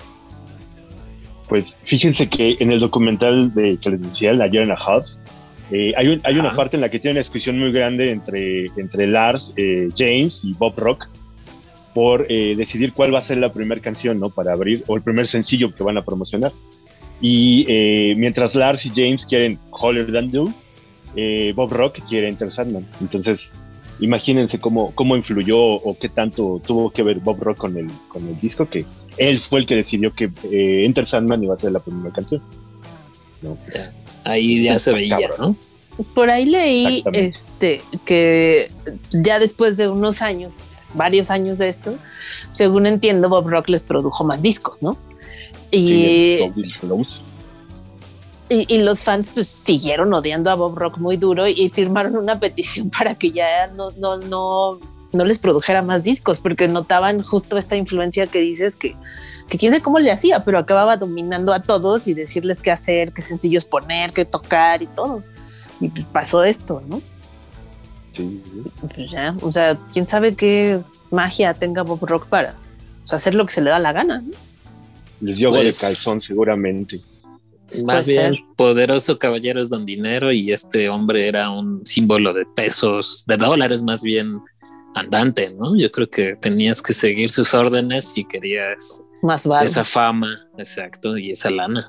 Pues fíjense que en el documental de que les decía, la Year and a Half, eh, hay, un, hay una Ajá. parte en la que tiene una discusión muy grande entre, entre Lars, eh, James y Bob Rock por eh, decidir cuál va a ser la primera canción, ¿no? Para abrir, o el primer sencillo que van a promocionar. Y eh, mientras Lars y James quieren Holier Than Thou, eh, Bob Rock quiere Enter Sandman. Entonces, imagínense cómo, cómo influyó o qué tanto tuvo que ver Bob Rock con el, con el disco, que él fue el que decidió que eh, Enter Sandman iba a ser la primera canción. ¿No? Ahí ya se veía, Cabrón. ¿no? Por ahí leí Exactamente. este, que ya después de unos años, varios años de esto, según entiendo, Bob Rock les produjo más discos, ¿no? Y, Sí, el Gold Close. y, y los fans pues siguieron odiando a Bob Rock muy duro y firmaron una petición para que ya no, no, no, no les produjera más discos, porque notaban justo esta influencia que dices que, que quién sabe cómo le hacía, pero acababa dominando a todos y decirles qué hacer, qué sencillos poner, qué tocar y todo. Y pues pasó esto, ¿no? Sí, sí. Pues ya, o sea, quién sabe qué magia tenga Bob Rock para, o sea, hacer lo que se le da la gana, ¿no? Les dio agua Pues- de calzón seguramente. Más Puede bien, ser. poderoso caballero es don dinero, y este hombre era un símbolo de pesos, de dólares más bien andante, ¿no? Yo creo que tenías que seguir sus órdenes si querías Más vale. esa fama, exacto, y esa lana.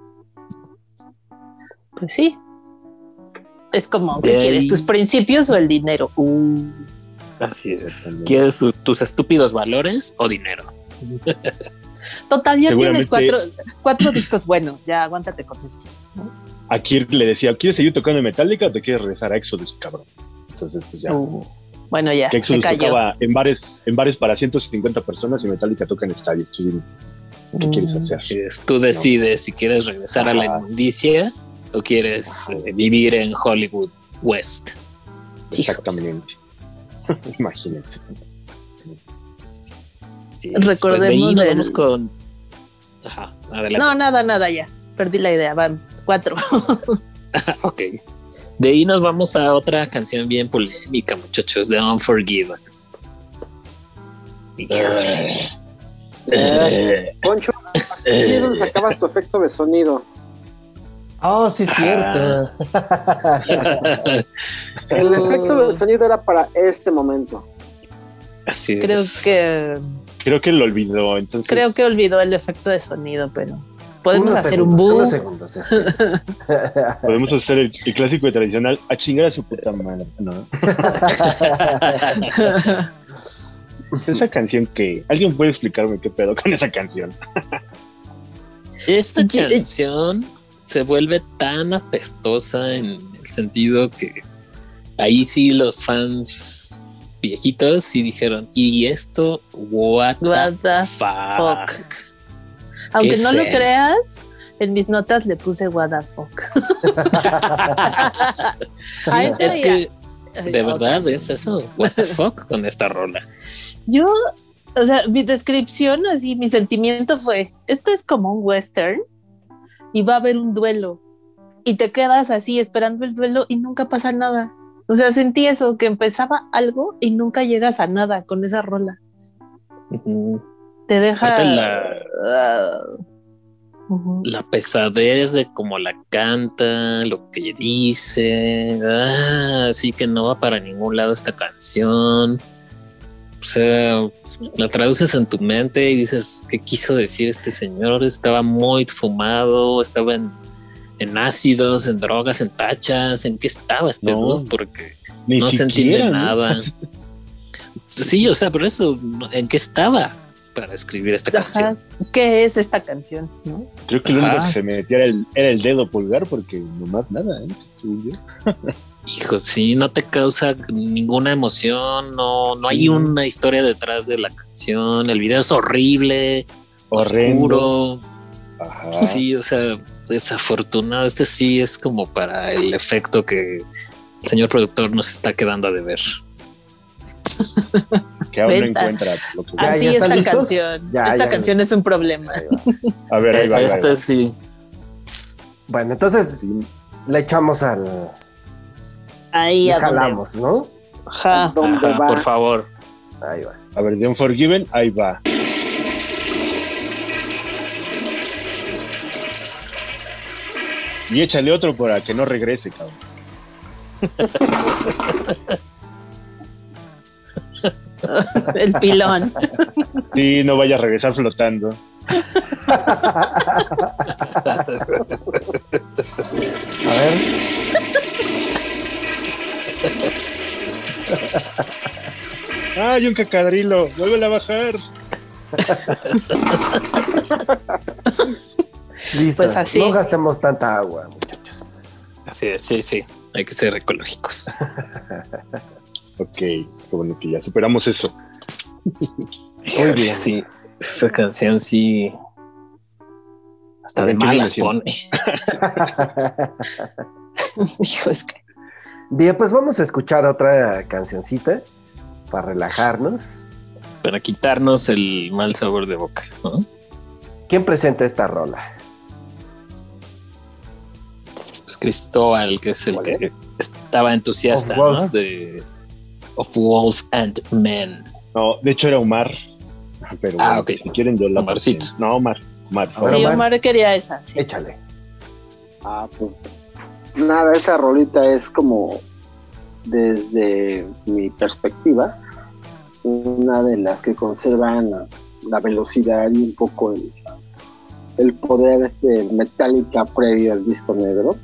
Pues sí. Es como, De ¿qué ahí- quieres? ¿Tus principios o el dinero? Uh, Así es. Exactamente. ¿Quieres tu- tus estúpidos valores o dinero? total, ya tienes Seguramente- cuatro, cuatro discos buenos. Ya aguántate con eso. A Kirk le decía, ¿quieres seguir tocando en Metallica o te quieres regresar a Exodus, cabrón? Entonces, pues ya. Uh, bueno, ya, que se Exodus cayó. tocaba en bares, en bares para ciento cincuenta personas y Metallica toca en estadios. Tú dime, ¿qué Mm. quieres hacer? Así es. Tú decides si quieres regresar a la Ajá. inmundicia o quieres eh, vivir en Hollywood West. Exactamente. Imagínense. Sí, Recordemos pues de ahí nos el- vamos con... Ajá, adelante. No, nada, nada, ya. Perdí la idea. Van cuatro. Ok. De ahí nos vamos a otra canción bien polémica, muchachos, de Unforgiven. Eh, eh, Poncho, aquí es donde sacabas tu efecto de sonido. Oh, sí, es cierto. El efecto de sonido era para este momento. Así Creo es. que Creo que lo olvidó. Entonces, creo que olvidó el efecto de sonido, pero podemos Unos hacer segundos, un boom. Unos segundos. este. podemos hacer el, el clásico y tradicional a chingar a su puta madre. ¿No? Esa canción que alguien puede explicarme qué pedo con esa canción. Esta Ye- canción se vuelve tan apestosa en el sentido que ahí sí los fans viejitos sí dijeron, ¿y esto? What, What the the fuck? fuck. Aunque ¿Qué no es lo esto? creas, en mis notas le puse what the fuck. Sí, A ese es día- que de Otra. verdad es eso, what the fuck con esta rola. Yo, o sea, mi descripción, así, mi sentimiento fue, esto es como un western y va a haber un duelo y te quedas así esperando el duelo y nunca pasa nada. O sea, sentí eso, que empezaba algo y nunca llegas a nada con esa rola. Ujú. Te deja... Aparte la- Ah, Ujú. La pesadez de cómo la canta, lo que dice, ah, así que no va para ningún lado esta canción. O sea, la traduces en tu mente y dices, ¿qué quiso decir este señor? Estaba muy fumado, estaba en, en ácidos, en drogas, en tachas, ¿en qué estaba este No, dude? Porque Ni no se siquiera, entiende ¿no? nada. Sí, o sea, por eso, ¿en qué estaba para escribir esta Ajá. canción? ¿Qué es esta canción? ¿No? Creo que lo único Ajá. que se metía era el, era el dedo pulgar, porque nomás nada, ¿eh? Según yo. Hijo, sí, no te causa ninguna emoción, no, no hay una historia detrás de la canción, el video es horrible, Horrendo. oscuro, Ajá. sí, o sea, desafortunado, este sí es como para el efecto que el señor productor nos está quedando a deber. Que aún no Venta. encuentra lo que Ya, Así ya están esta listos. canción. Ya, esta ya. canción es un problema. Ahí va. A ver, ahí va, ahí va, ahí Este va. sí, Bueno, entonces Sí. le echamos al. Ahí Le a donde. jalamos, ¿no? Ajá. ¿Dónde ajá, va? por favor. Ahí va. A ver, de Unforgiven, ahí va. Y échale otro para que no regrese, cabrón. El pilón. Sí, no vaya a regresar flotando. A ver. ¡Ay, un cacadrilo! ¡Vuelve a bajar! Listo. Pues así. No gastemos tanta agua, muchachos. Así es, sí, sí, hay que ser ecológicos. Ok, qué bueno que ya superamos eso. Muy bien. Sí, esta canción sí, hasta A de ver, ¿qué viene malas siendo? pone. Hijo, es que Bien, pues vamos a escuchar otra cancioncita para relajarnos. para quitarnos el mal sabor de boca, ¿no? ¿Quién presenta esta rola? Pues Cristóbal, que es el ¿Cuál que estaba entusiasta, Of Wolf. ¿no? De Of Wolf and Men. No, de hecho era Omar. Pero Ah, bueno, ok. si quieren yo la Omarcito. presento. No, Omar. Omar. A ver, Sí, Omar. Omar quería esa. Sí. Échale. Ah, pues nada, esa rolita es como, desde mi perspectiva, una de las que conservan la velocidad y un poco el, el poder de Metallica previo al disco negro.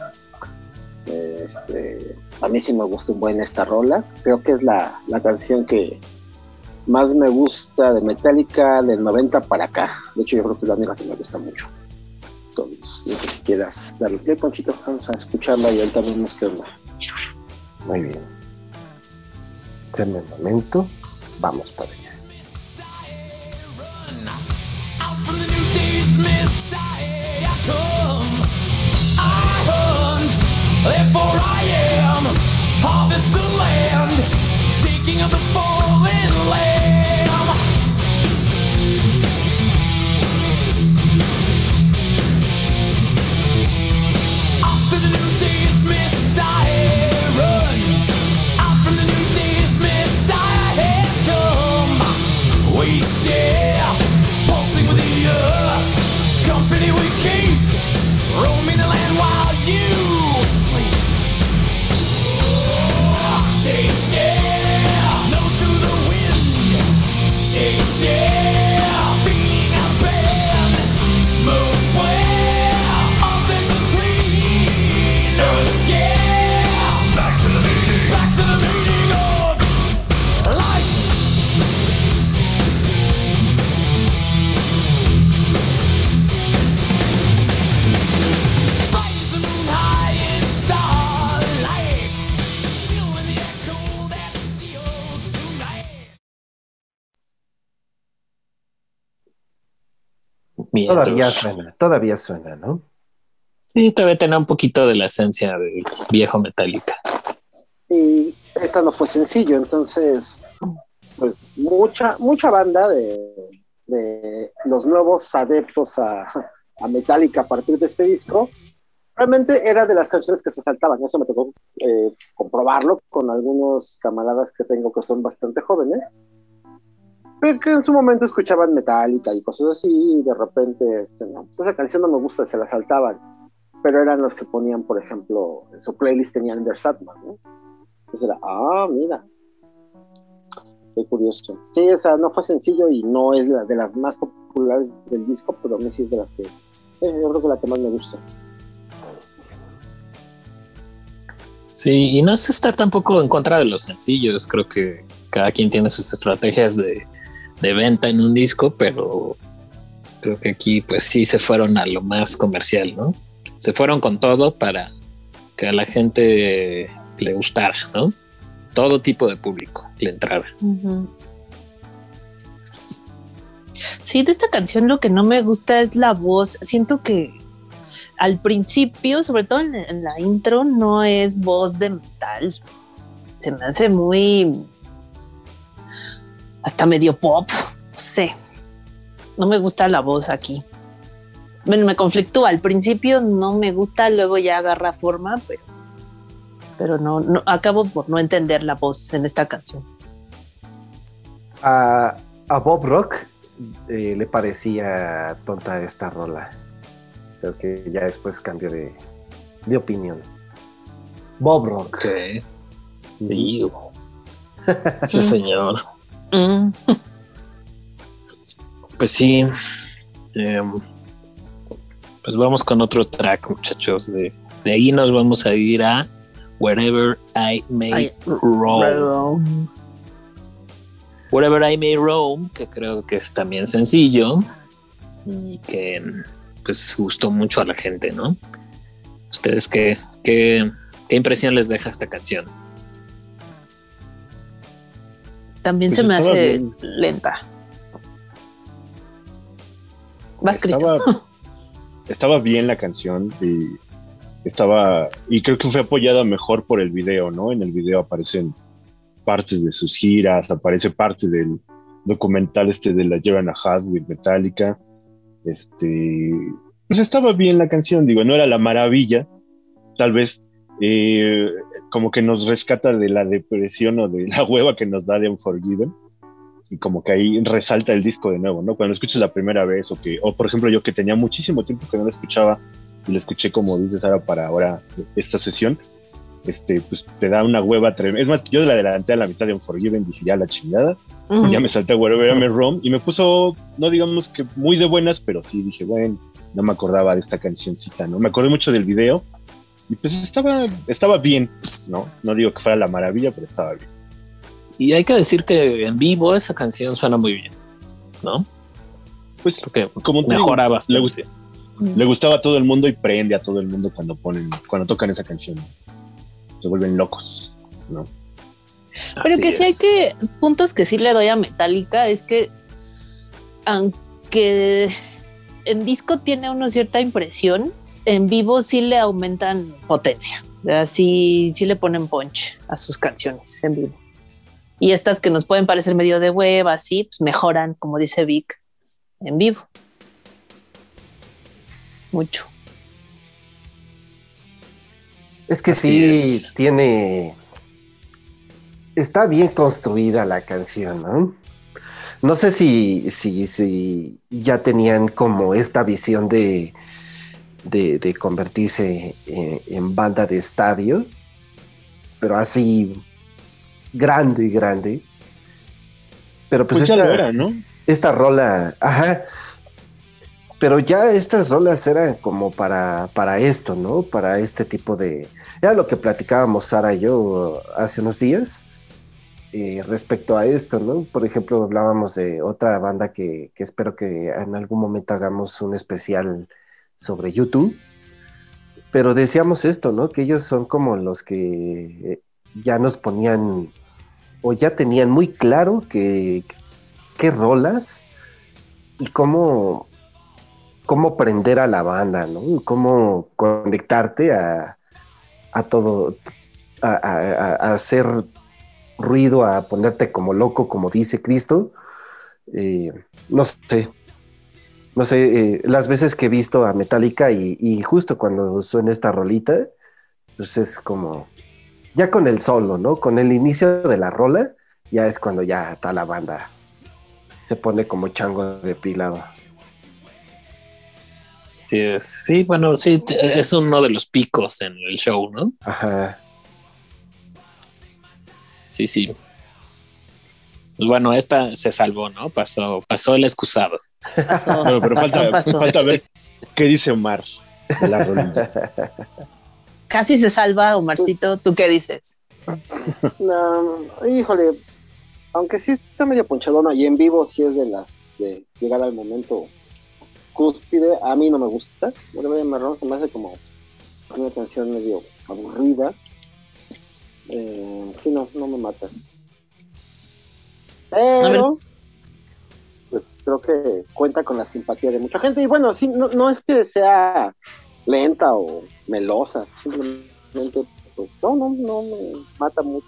Este, a mí sí me gusta un buen esta rola. Creo que es la, la canción que más me gusta de Metallica del noventa para acá. De hecho, yo creo que es la única que me gusta mucho. Entonces, no sé si quieras darle play, Ponchito. Vamos a escucharla y ahorita vemos qué onda. Muy bien. Denme un momento. Vamos para allá. Out from the new day's mist, I come, I hunt, therefore I am, harvest the land, taking of the fallen lamb. Out from the new day's mist, I run, out from the new day's mist, I come, we shift, pulsing with the earth, company we keep, roaming the land while you sleep. Shape shift, nose to the wind. Shape shift, beating a band. Move swift, all senses clean. Earth scared, back to the meaning, back to the meaning of life. Raise the moon high in starlight, chilling the air cold as steel tonight. Todavía Mientras- suena, todavía suena, ¿no? Sí, todavía tenía un poquito de la esencia del viejo Metallica. Y esta no fue sencillo, entonces, pues mucha, mucha banda de, de los nuevos adeptos a, a Metallica a partir de este disco, realmente era de las canciones que se saltaban. Eso me tocó eh, comprobarlo con algunos camaradas que tengo que son bastante jóvenes. pero que en su momento escuchaban Metallica y cosas así, y de repente, no, pues esa canción no me gusta, se la saltaban, pero eran los que ponían, por ejemplo, en su playlist tenían Der Satman, ¿no? Entonces era, ah, mira, qué curioso. Sí, o sea, no fue sencillo y no es la de las más populares del disco, pero a mí sí es de las que, eh, yo creo que la que más me gusta. Sí, y no es estar tampoco en contra de los sencillos. Creo que cada quien tiene sus estrategias de, de venta en un disco, pero creo que aquí pues sí se fueron a lo más comercial, ¿no? Se fueron con todo para que a la gente le gustara, ¿no? Todo tipo de público le entrara. Uh-huh. Sí, de esta canción lo que no me gusta es la voz. Siento que al principio, sobre todo en, en la intro, no es voz de metal. Se me hace muy... hasta medio pop. No sé. No me gusta la voz aquí. Bueno, me conflictúa. Al principio no me gusta, luego ya agarra forma, pero, pero no, no acabo por no entender la voz en esta canción. A, a Bob Rock eh, le parecía tonta esta rola. Creo que ya después cambió de, de opinión. Bob Rock. Ok. Digo. Ese señor. Mm. Pues sí. Eh, pues vamos con otro track, muchachos. De, de ahí nos vamos a ir a Wherever I May Ay, Roam. Wherever I May Roam, que creo que es también sencillo y que pues gustó mucho a la gente, ¿no? ¿Ustedes qué, qué, qué impresión les deja esta canción? También Pues se me estaba hace bien. lenta. Vas, Estaba, Cristian. estaba bien la canción y estaba, y creo que fue apoyada mejor por el video, ¿no? En el video aparecen partes de sus giras, aparece parte del documental este de la Year and a Half with Metallica. Este, pues estaba bien la canción, digo, no era la maravilla, tal vez eh, como que nos rescata de la depresión o de la hueva que nos da de Unforgiven, y como que ahí resalta el disco de nuevo, ¿no? Cuando lo escuchas la primera vez, o que, o por ejemplo yo que tenía muchísimo tiempo que no lo escuchaba, y lo escuché como dices Sara para ahora esta sesión, este, pues te da una hueva tremenda. Es más, yo la adelanté a la mitad de Unforgiven, dije ya la chingada, Uh-huh. ya me salté a Wherever I May Roam y me puso, no digamos que muy de buenas, pero sí dije, bueno, no me acordaba de esta cancioncita, ¿no? Me acordé mucho del video y pues estaba, estaba bien, ¿no? No digo que fuera la maravilla, pero estaba bien. Y hay que decir que en vivo esa canción suena muy bien, ¿no? Pues Porque como te mejora digo, bastante. le, gust- le gustaba a todo el mundo y prende a todo el mundo cuando ponen, cuando tocan esa canción. Se vuelven locos, ¿no? Pero Así que sí hay es. que, puntos que sí le doy a Metallica es que aunque en disco tiene una cierta impresión, en vivo sí le aumentan potencia. O sea, sí, sí le ponen punch a sus canciones en vivo. Y estas que nos pueden parecer medio de hueva, así, pues mejoran, como dice Vic, en vivo. Mucho. Es que Así sí es. tiene... Está bien construida la canción, ¿no? No sé si, si, si ya tenían como esta visión de, de, de convertirse en, en banda de estadio, pero así grande, grande. Pero pues, Pues esta, ya lo era, ¿no? esta rola, ajá. Pero ya estas rolas eran como para, para esto, ¿no? Para este tipo de... Era lo que platicábamos Sara y yo hace unos días. Eh, respecto a esto, ¿no? Por ejemplo, hablábamos de otra banda que, que espero que en algún momento hagamos un especial sobre YouTube, pero decíamos esto, ¿no? Que ellos son como los que eh, ya nos ponían o ya tenían muy claro que qué rolas y cómo, cómo prender a la banda, ¿no? Cómo conectarte a, a todo, a, a, a hacer ruido, a ponerte como loco, como dice Cristo. Eh, no sé, no sé, eh, las veces que he visto a Metallica y, y justo cuando suena esta rolita, pues es como, ya con el solo, ¿no? Con el inicio de la rola, ya es cuando ya está la banda se pone como chango depilado. Sí, es. Sí, bueno, sí, t- es uno de los picos en el show, ¿no? Ajá. Sí, sí. Pues bueno, esta se salvó, ¿no? Pasó, pasó el excusado. Pasó, Bueno, pero pasó, falta, pasó. falta ver qué dice Omar de la rolilla. Casi se salva, Omarcito. ¿Tú qué dices? No, híjole, aunque sí está medio ponchadona y en vivo sí es de las de llegar al momento cúspide, a mí no me gusta. Bueno, Brian Marrón se me hace como una canción medio aburrida. Eh, sí, no, no me mata. Pero pues creo que cuenta con la simpatía de mucha gente. Y bueno, sí, no, no es que sea lenta o melosa, simplemente pues no, no, no me mata mucho.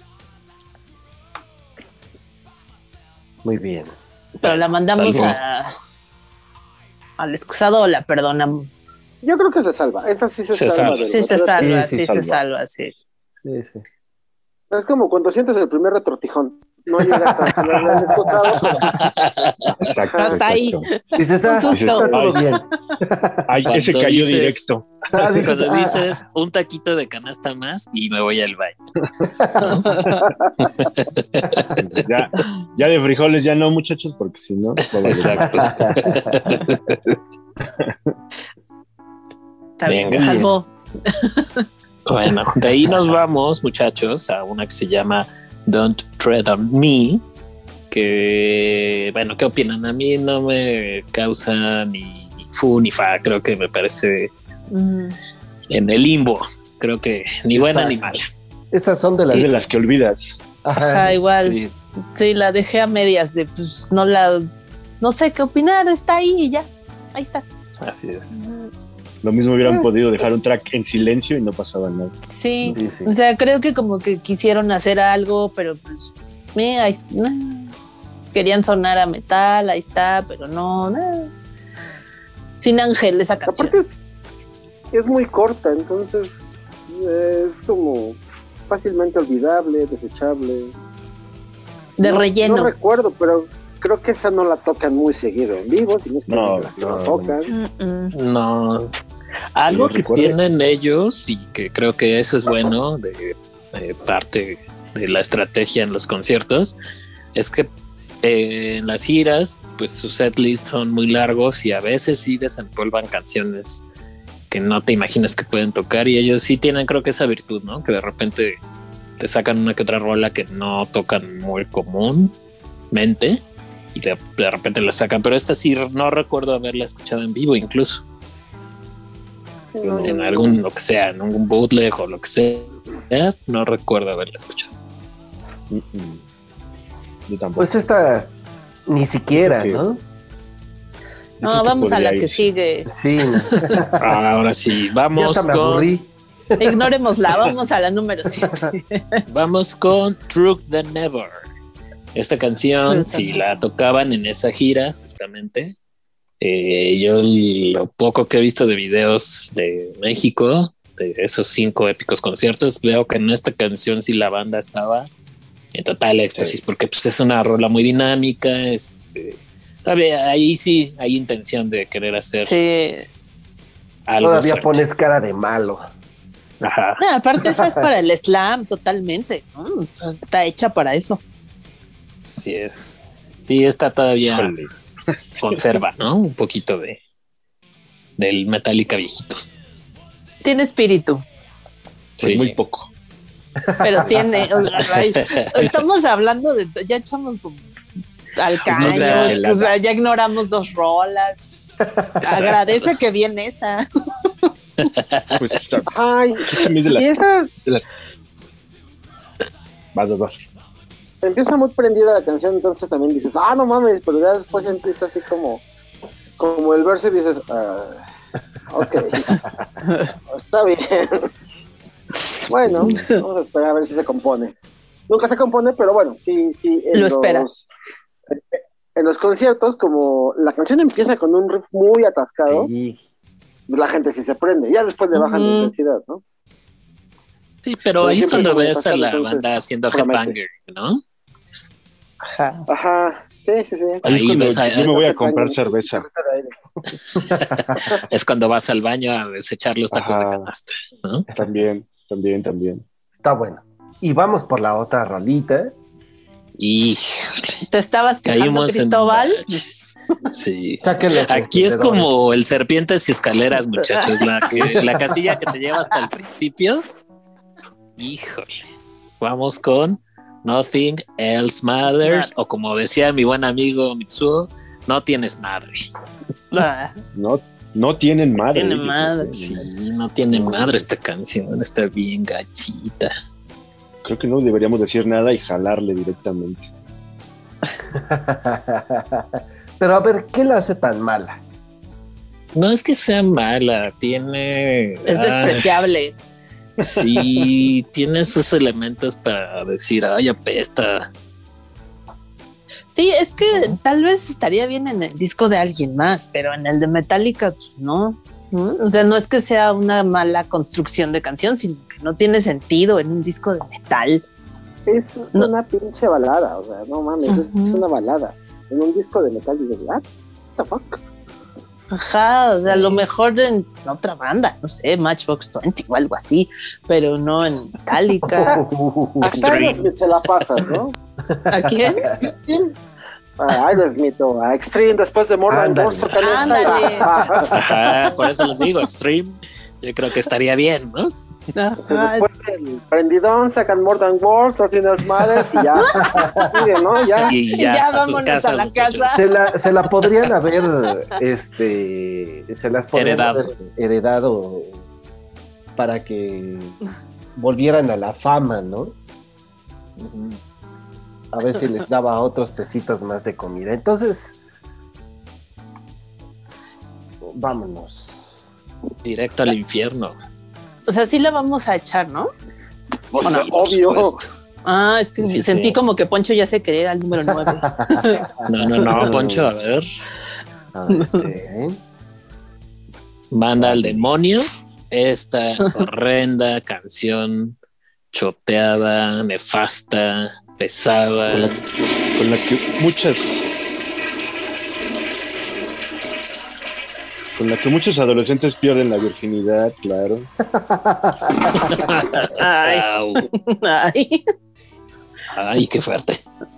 Muy bien. Pero la mandamos Salvo. a al excusado o la perdonamos. Yo creo que se salva. Esta sí se, Se salva. salva. del Sí se retro- salva, Sí, sí sí se salva. salva, sí. Sí, sí. Es como cuando sientes el primer retortijón. No llegas a tener el excusado. Exacto. Hasta ahí. exacto. Dices, ah, Un susto. está todo Ay. bien. Ay, Cuando ese cayó dices- directo. Ah, dices, Cuando ah, dices un taquito de canasta más y me voy al baño. Ya, ya de frijoles ya no, muchachos, porque si no, va a valer. Exacto. Está bien, se Venga. salvó. Bueno, de ahí nos vamos, muchachos, a una que se llama Don't Tread on Me, que, bueno, ¿qué opinan? A mí no me causa ni fu ni fa, creo que me parece Mm. en el limbo, creo que ni buena Exacto. ni mala. Estas son de las. Es de las que olvidas. Ajá. Ajá, igual. Sí. Sí, la dejé a medias de pues no la no sé qué opinar, está ahí y ya. Ahí está. así es. Lo mismo hubieran podido dejar un track en silencio y no pasaba nada. Sí. Sí, sí. O sea, creo que como que quisieron hacer algo, pero pues mira, ahí- no. Querían sonar a metal, ahí está, pero no, no. Sin Ángel esa canción. Aparte es, es muy corta, entonces eh, es como fácilmente olvidable, desechable. De No- relleno. No recuerdo, pero creo que esa no la tocan muy seguido en vivo, si no es que No, la, la no, tocan. Mm, mm. No. Algo Yo que recuerdo. tienen ellos y que creo que eso es bueno de, de parte de la estrategia en los conciertos es que eh, en las giras pues sus setlist son muy largos y a veces sí desempolvan canciones que no te imaginas que pueden tocar y ellos sí tienen creo que esa virtud, ¿no? Que de repente te sacan una que otra rola que no tocan muy comúnmente y de, de repente la sacan, pero esta sí no recuerdo haberla escuchado en vivo incluso. No, En no, algún, lo que sea, en algún bootleg o lo que sea, no recuerdo haberla escuchado. Mm, mm. Yo tampoco. Pues esta ni siquiera, Ok. ¿no? Yo No, creo que vamos a la podría que ir. sigue. Sí, no. Ahora sí, Ya vamos hasta me con, aburrí. Ignorémosla, vamos a la número siete. vamos con Truth the Never. Esta canción, Truth the si Never. la tocaban en esa gira, justamente, eh, yo lo poco que he visto de videos de México, de esos cinco épicos conciertos, veo que en esta canción sí la banda estaba en total éxtasis, porque pues es una rola muy dinámica, es, este, todavía ahí sí hay intención de querer hacer Sí. algo Todavía fuerte. pones cara de malo. Ajá. No, aparte esa es para el slam totalmente. ¿No? Está hecha para eso. Así es. Sí, está todavía Híjole. conserva, ¿no? Un poquito de del Metallica viejito. Tiene espíritu, Pues Sí. muy poco. pero tiene. O sea, ay, estamos hablando de. Ya echamos como al caño. o sea, o sea, ya ignoramos dos rolas. Agradece que viene esa. Pues está- Ay, sí, también es de y las- esa vas, vas, vas. empieza muy prendida la canción, entonces también dices, ah, no mames, pero ya después empieza así como, como el verso y dices, ah, ok, está bien. Bueno, vamos a esperar a ver si se compone. Nunca se compone, pero bueno, sí, sí. en Lo los- esperas. En los conciertos, como la canción empieza con un riff muy atascado, Sí. la gente sí se prende, ya después le bajan Ujú. la intensidad, ¿no? Sí, pero Pero ahí es siempre cuando es muy ves a la entonces, banda haciendo promete. headbanger, ¿no? Ajá. Ajá. Sí, sí, sí. Ahí es Ahí cuando ves a- yo me voy a comprar cerveza. Es cuando vas al baño a desechar los tacos Ajá. de canasta, ¿no? También, también, también. Está bueno. Y vamos por la otra rolita. Y ¿Te estabas quejando, caímos en Cristóbal? sí. Saquen los Aquí es encendedores. como el serpientes y escaleras, muchachos. La, que- la casilla que te lleva hasta el principio. Híjole. Vamos con Nothing Else Matters. O como decía mi buen amigo Mitsuo, no tienes madre. Ah, No, no tienen madre. Tiene hijos, madre. ¿eh? Sí, no tiene madre esta canción. Está bien gachita. Creo que no deberíamos decir nada y jalarle directamente. Pero a ver, ¿qué la hace tan mala? No es que sea mala, tiene. es ah, despreciable. Sí, tiene esos elementos para decir, ay, apesta. Sí, es que tal vez estaría bien en el disco de alguien más, pero en el de Metallica, pues, no. ¿no? O sea, no es que sea una mala construcción de canción, sino que no tiene sentido en un disco de metal. Es No. una pinche balada, o sea, no mames, es, Ujú. es una balada. En un disco de metal dices, what the fuck? Ajá, o sea, a lo mejor en otra banda, no sé, Matchbox veinte o algo así, pero no en Metallica. Hasta Aerosmith se la pasas, ¿no? ¿A quién? A Aerosmith o a Extreme después de Modern Ándale. Warfare sacan esta. Ándale. Ajá, por eso les digo, Extreme. Yo creo que estaría bien, ¿no? O sea, después del prendidón sacan Modern Warfare, Nothing Else Matters y ya. Sigue, ¿no? Ya. Y Ya ya, a sus vámonos a casas, la muchachos. casa. Se la, se la podrían haber, este, se las podrían Heredado. haber heredado para que volvieran a la fama, ¿no? A ver si les daba otros pesitos más de comida. Entonces, vámonos. Directo al infierno. O sea, sí la vamos a echar, ¿no? O sea, Sí, por obvio. supuesto. Ah, es que Sí, sentí sí. como que Poncho ya se quería ir al número nueve. No, no, no, Poncho, a ver. Ah, este, ¿eh? Manda al demonio esta horrenda canción choteada, nefasta, pesada. Con la, con la que muchas. Con la que muchos adolescentes pierden la virginidad, claro. Ay, Au. ay. Ay, qué fuerte.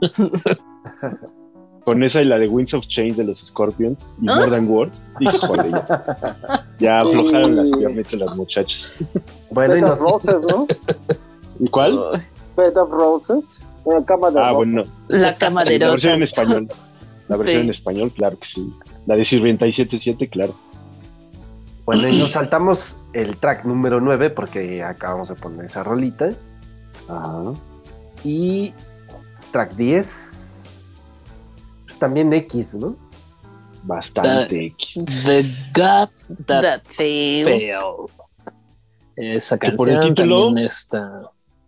Con esa y la de Winds of Change de los Scorpions y More Than Words. Híjole, ya. Ya aflojaron las piernas de las muchachas. Bueno, y Bed nos, of Roses, ¿no? ¿Y cuál? Bed of Roses. Una cama de Ah, rosas. bueno. La cama de La versión en rosas. español. La versión Sí. en español, claro que sí. La de Sirvienta y siete siete, claro. bueno, y nos saltamos el track número nueve porque acabamos de poner esa rolita. Ajá. Y track diez, pues también X, ¿no? Bastante X. The God That That fail. Fail. Esa Que por el canción título- también está.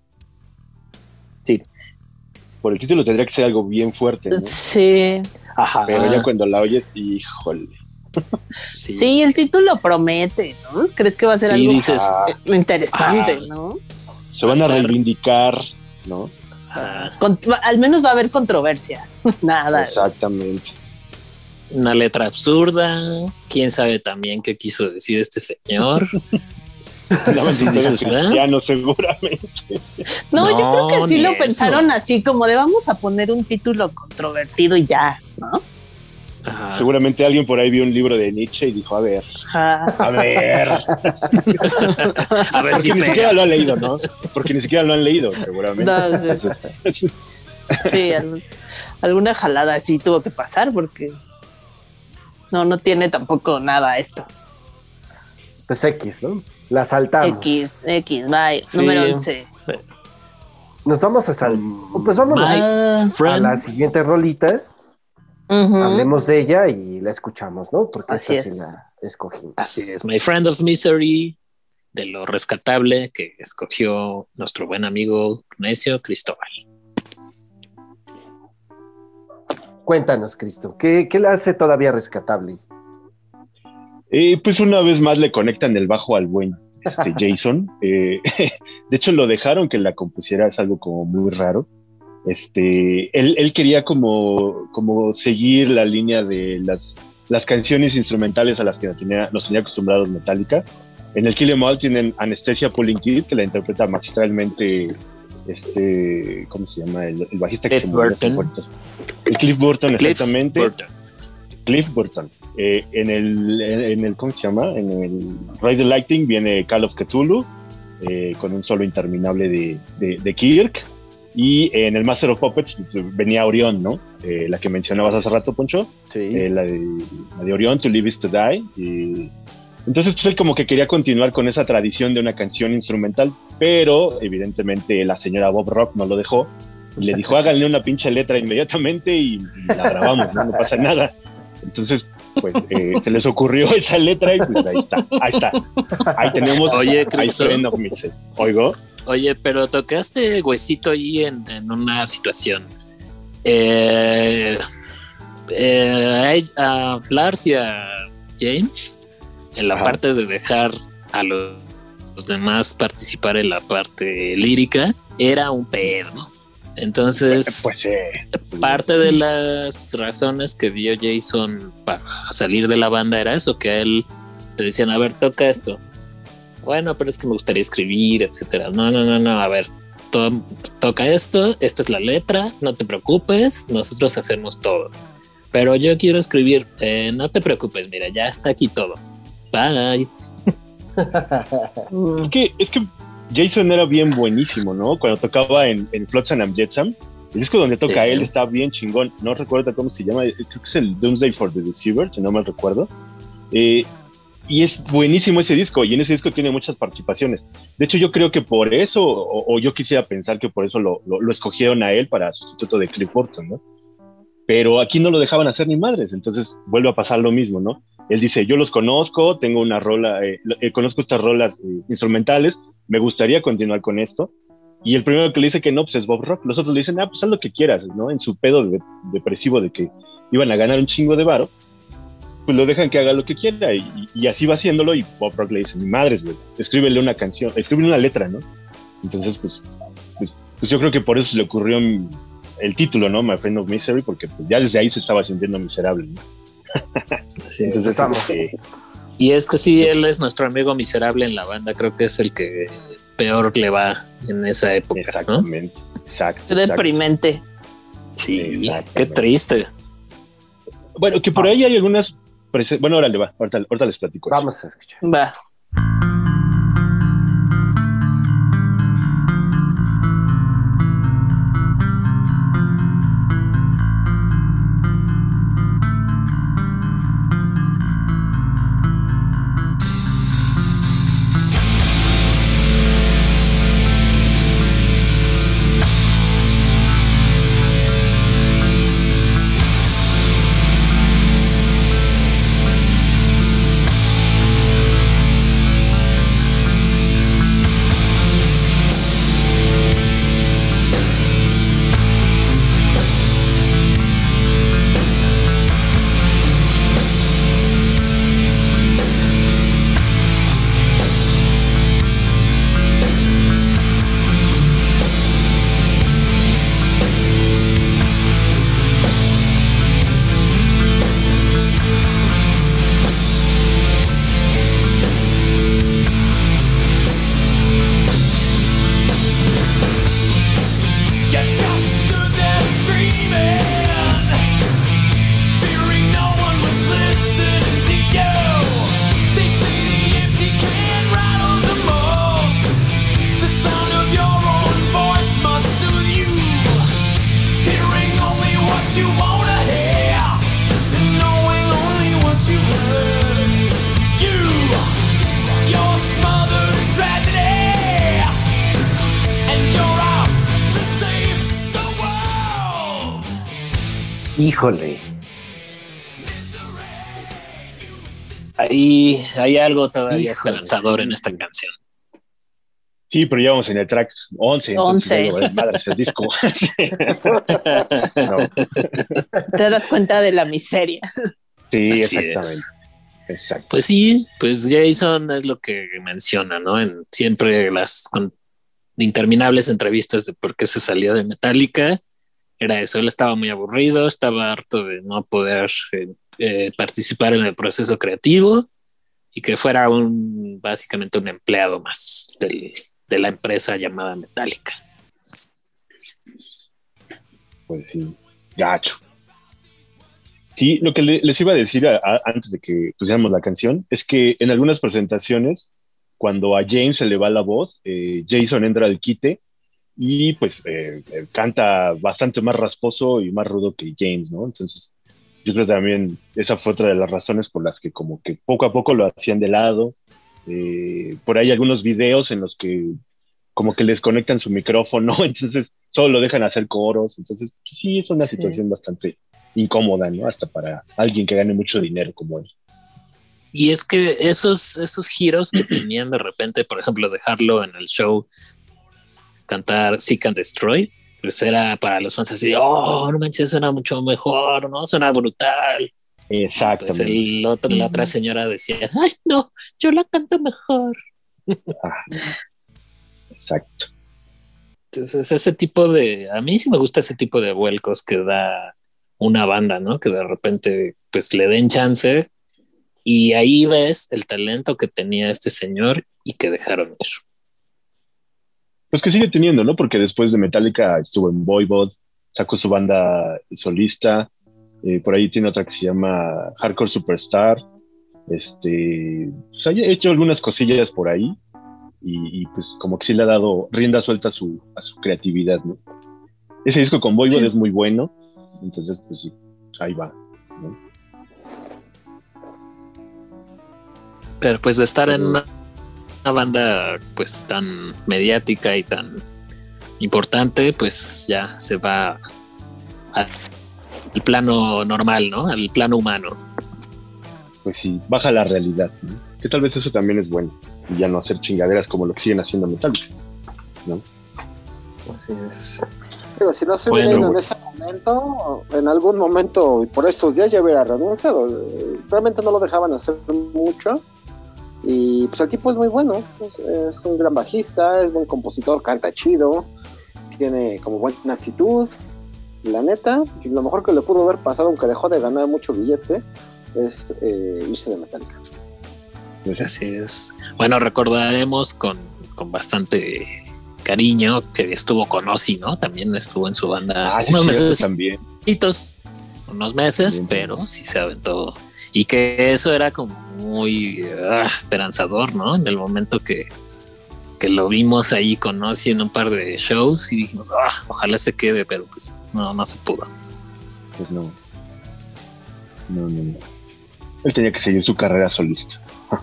Sí. Por el título tendría que ser algo bien fuerte, ¿no? Sí. Ajá. Pero ya cuando la oyes, híjole. Sí. Sí, el título promete, ¿no? ¿Crees que va a ser Sí, algo dices. Ah, interesante, Ah. ¿no? se van a estar- reivindicar, ¿no? ah, Con- al menos va a haber controversia. Nada. Exactamente. una letra absurda. Quién sabe también qué quiso decir este señor. Andaban Sí, diciendo dices, cristianos, seguramente. No, yo No, creo que sí ni lo eso. pensaron así, como de vamos a poner un título controvertido y ya, ¿no? Ajá. Seguramente alguien por ahí vio un libro de Nietzsche y dijo, a ver, Ajá. a ver. A ver si Porque ni pega. siquiera lo han leído, ¿no? Porque ni siquiera lo han leído, seguramente. No, sí. Entonces, Sí, al- alguna jalada así tuvo que pasar porque no, no tiene tampoco nada esto. Pues X, ¿no? La saltamos. X, X, bye. Sí. Número once. Nos vamos a sal... Pues vámonos My a friend. la siguiente rolita. Ujú. Hablemos de ella y la escuchamos, ¿no? Porque Así esta sí es. la escogimos. Así es, My Friend of Misery, de lo rescatable que escogió nuestro buen amigo Necio Cristóbal. Cuéntanos, Cristo, ¿qué, qué la hace todavía rescatable? eh, pues una vez más le conectan el bajo al buen este, Jason. Eh, de hecho, lo dejaron que la compusiera, es algo como muy raro. Este, él, él quería como, como seguir la línea de las, las canciones instrumentales a las que nos tenía, nos tenía acostumbrados Metallica. En el Kill 'Em All tienen Anesthesia Pulling Kid, que la interpreta magistralmente, este, ¿cómo se llama? El, el bajista que Cliff se murió hace Burton. poquitos- El Cliff Burton, Cliff exactamente. Burton. Cliff Burton. Eh, en, el, en, en el, ¿cómo se llama? En el Ride the Lightning viene Call of Cthulhu, eh, con un solo interminable de, de, de Kirk. Y en el Master of Puppets venía Orión, ¿no? Eh, la que mencionabas hace rato, Poncho. Sí. Eh, la, de, la de Orión, To Live is to Die. Y entonces, pues él como que quería continuar con esa tradición de una canción instrumental, pero evidentemente la señora Bob Rock no lo dejó. Y le dijo, háganle una pinche letra inmediatamente y, y la grabamos, ¿no? No pasa nada. Entonces, pues eh, se les ocurrió esa letra y pues ahí está, ahí está. Ahí tenemos Oye, I Cristo. Friend of Misery. Oigo. Oye, pero tocaste huesito ahí en, en una situación. Eh, eh, a Lars y a James, en la Ajá. parte de dejar a los, los demás participar en la parte lírica, era un pedo. Entonces, Pues eh, parte de las razones que dio Jason para salir de la banda era eso, que a él le decían, a ver, toca esto. Bueno, pero es que me gustaría escribir, etcétera. No, no, no, no, a ver, to- toca esto, esta es la letra, no te preocupes, nosotros hacemos todo. Pero yo quiero escribir, eh, no te preocupes, mira, ya está aquí todo. Bye. Mm, Es que, es que Jason era bien buenísimo, ¿no? Cuando tocaba en, en Flotsam and Jetsam, el disco donde toca Sí. él está bien chingón. No recuerdo cómo se llama, creo que es el Doomsday for the Deceiver, si no mal recuerdo. Eh, y es buenísimo ese disco, y en ese disco tiene muchas participaciones. De hecho, yo creo que por eso, o, o yo quisiera pensar que por eso lo, lo, lo escogieron a él para sustituto de Cliff Burton, ¿no? Pero aquí no lo dejaban hacer ni madres, entonces vuelve a pasar lo mismo, ¿no? Él dice, yo los conozco, tengo una rola, eh, eh, conozco estas rolas eh, instrumentales, me gustaría continuar con esto. Y el primero que le dice que no, pues es Bob Rock. Los otros le dicen, ah, pues haz lo que quieras, ¿no? En su pedo de, depresivo de que iban a ganar un chingo de varo, pues lo dejan que haga lo que quiera. Y, y así va haciéndolo, y Bob Rock le dice, mi madre, güey, escríbele una canción, escríbele una letra, ¿no? Entonces, pues, pues, pues yo creo que por eso se le ocurrió el título, ¿no? My Friend of Misery, porque pues ya desde ahí se estaba sintiendo miserable, ¿no? Sí, Entonces, estamos. este, y es que sí, él es nuestro amigo miserable en la banda, creo que es el que peor le va en esa época, ¿no? exactamente, exacto, qué exacto. deprimente. Sí, Exactamente. qué triste. Bueno, que por ahí hay algunas prese- bueno, órale, va, ahorita, ahorita les platico. eso. Vamos a escuchar. Va. You just stood there screaming, fearing no one was listening to you. They say the empty can rattles the most. The sound of your own voice must soothe you. Hearing only what you wanna hear, and knowing only what you heard. You, you're smothered in tragedy, and you're out to save the world. Híjole. Ahí hay algo todavía esperanzador en esta canción. Sí, pero ya vamos en el track once, entonces once. ya digo, madre, es el disco. No, Te das cuenta de la miseria. sí, Así exactamente. es. Exacto. Pues sí, pues Jason es lo que menciona, ¿no? En siempre las con interminables entrevistas de por qué se salió de Metallica. era eso. Él estaba muy aburrido, estaba harto de no poder eh, eh, participar en el proceso creativo y que fuera un básicamente un empleado más del, de la empresa llamada Metallica. Pues sí, gacho. Sí, lo que le- les iba a decir a- a- antes de que pusiéramos la canción es que en algunas presentaciones, cuando a James se le va la voz, eh, Jason entra al quite y pues eh, eh, canta bastante más rasposo y más rudo que James, ¿no? Entonces, yo creo que también esa fue otra de las razones por las que como que poco a poco lo hacían de lado. Eh, por ahí algunos videos en los que como que les conectan su micrófono, entonces solo lo dejan hacer coros. Entonces, sí, es una Sí. situación bastante incómoda, ¿no? Hasta para alguien que gane mucho dinero como él. Y es que esos, esos giros que tenían de repente, por ejemplo, dejarlo en el show cantar Seek and Destroy, pues era para los fans así, oh, no manches, suena mucho mejor, ¿no? Suena brutal. Pues Exactamente. el otro, la otra señora decía, ay, no, yo la canto mejor. Ah, exacto. Entonces, ese tipo de, a mí sí me gusta ese tipo de vuelcos que da una banda, ¿no? Que de repente, pues le den chance y ahí ves el talento que tenía este señor y que dejaron ir. Pues que sigue teniendo, ¿no? Porque después de Metallica estuvo en Voivod, sacó su banda solista, eh, por ahí tiene otra que se llama Hardcore Superstar, este, pues ha hecho algunas cosillas por ahí y, y, pues como que sí le ha dado rienda suelta a su, a su creatividad, ¿no? Ese disco con Voivod Sí. es muy bueno, entonces pues sí, ahí va, ¿no? Pero pues de estar en una, una banda pues tan mediática y tan importante, pues ya se va al, al plano normal, ¿no? Al plano humano. Pues sí, baja la realidad, ¿no? Que tal vez eso también es bueno, y ya no hacer chingaderas como lo que siguen haciendo Metallica, ¿no? Así es. Digo, si no se Bueno, hubiera ido en bueno. ese momento, en algún momento, y por estos días ya hubiera renunciado. Eh, Realmente no lo dejaban hacer mucho. Y pues el tipo es muy bueno. Es, es un gran bajista, es buen compositor, canta chido, tiene como buena actitud. La neta, y lo mejor que le pudo haber pasado, aunque dejó de ganar mucho billete, es eh, irse de Metallica. Pues, Así es. Bueno, recordaremos con, con bastante cariño que estuvo con Ozzy, ¿no? También estuvo en su banda ah, sí, unos cierto, meses, también. unos meses, También. pero sí se aventó. Y que eso era como muy ah, esperanzador, ¿no? En el momento que, que lo vimos ahí con Ozzy en un par de shows y dijimos, ah, ojalá se quede, pero pues no, no se pudo. Pues no. No, no, no. Él tenía que seguir su carrera solista.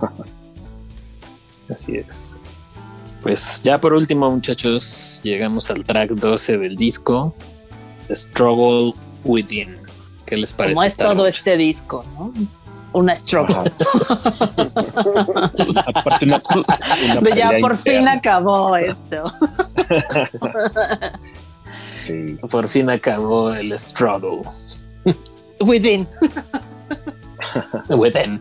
Así es. Pues ya por último, muchachos, llegamos al track doce del disco, The Struggle Within. ¿Qué les parece? Como es esta todo rola? este disco, ¿no? Una struggle. Ajá. Aparte una, una De ya pelea por fin interna. acabó esto. Sí. Por fin acabó el Struggle Within. Within.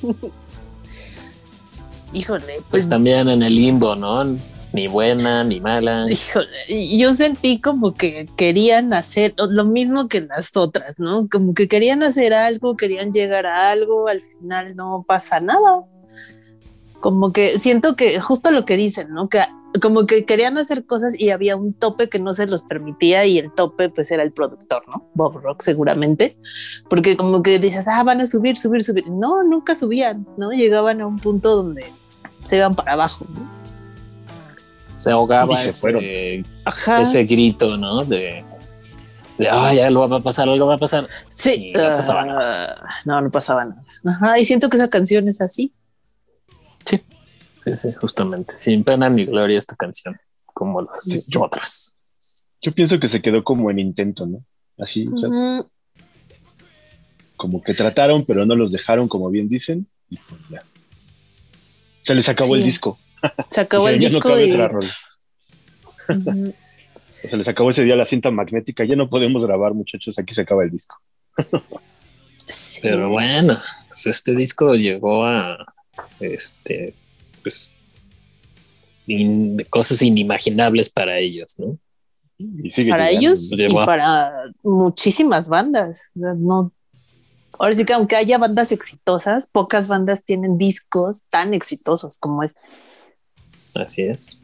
Híjole, Pues pues también en el limbo, ¿no? Ni buena, ni mala. híjole, yo sentí como que querían hacer lo mismo que las otras, ¿no? Como que querían hacer algo, querían llegar a algo, al final no pasa nada. Como que siento que justo lo que dicen, ¿no? Que como que querían hacer cosas y había un tope que no se los permitía y el tope pues era el productor, ¿no? Bob Rock seguramente, porque como que dices, ah, van a subir, subir, subir. No, nunca subían, ¿no? Llegaban a un punto donde se iban para abajo, ¿no? Se ahogaba Y se ese, fueron. Ajá. ese grito, ¿no? De, de ay, algo va a pasar, algo va a pasar. Sí, Y no pasaba ah, no, no pasaba nada. Ajá, y siento que esa canción es así. Sí, sí, sí, justamente. Sin pena ni gloria esta canción, como las Sí, yo- otras. Yo pienso que se quedó como en intento, ¿no? Así, o sea, Ujú. como que trataron, pero no los dejaron, como bien dicen, y pues ya. Se les acabó Sí. el disco. Se acabó el Ya no disco cabe y... otra rola. Ujú. Se les acabó ese día la cinta magnética. Ya no podemos grabar, muchachos. Aquí se acaba el disco. Sí. Pero bueno, pues este disco llegó a este, pues in- cosas inimaginables para ellos, ¿no? Y sigue para llegando, ellos ¿no? y Llegó a- para muchísimas bandas. O sea, no, ahora sí que aunque haya bandas exitosas, pocas bandas tienen discos tan exitosos como este. Así es.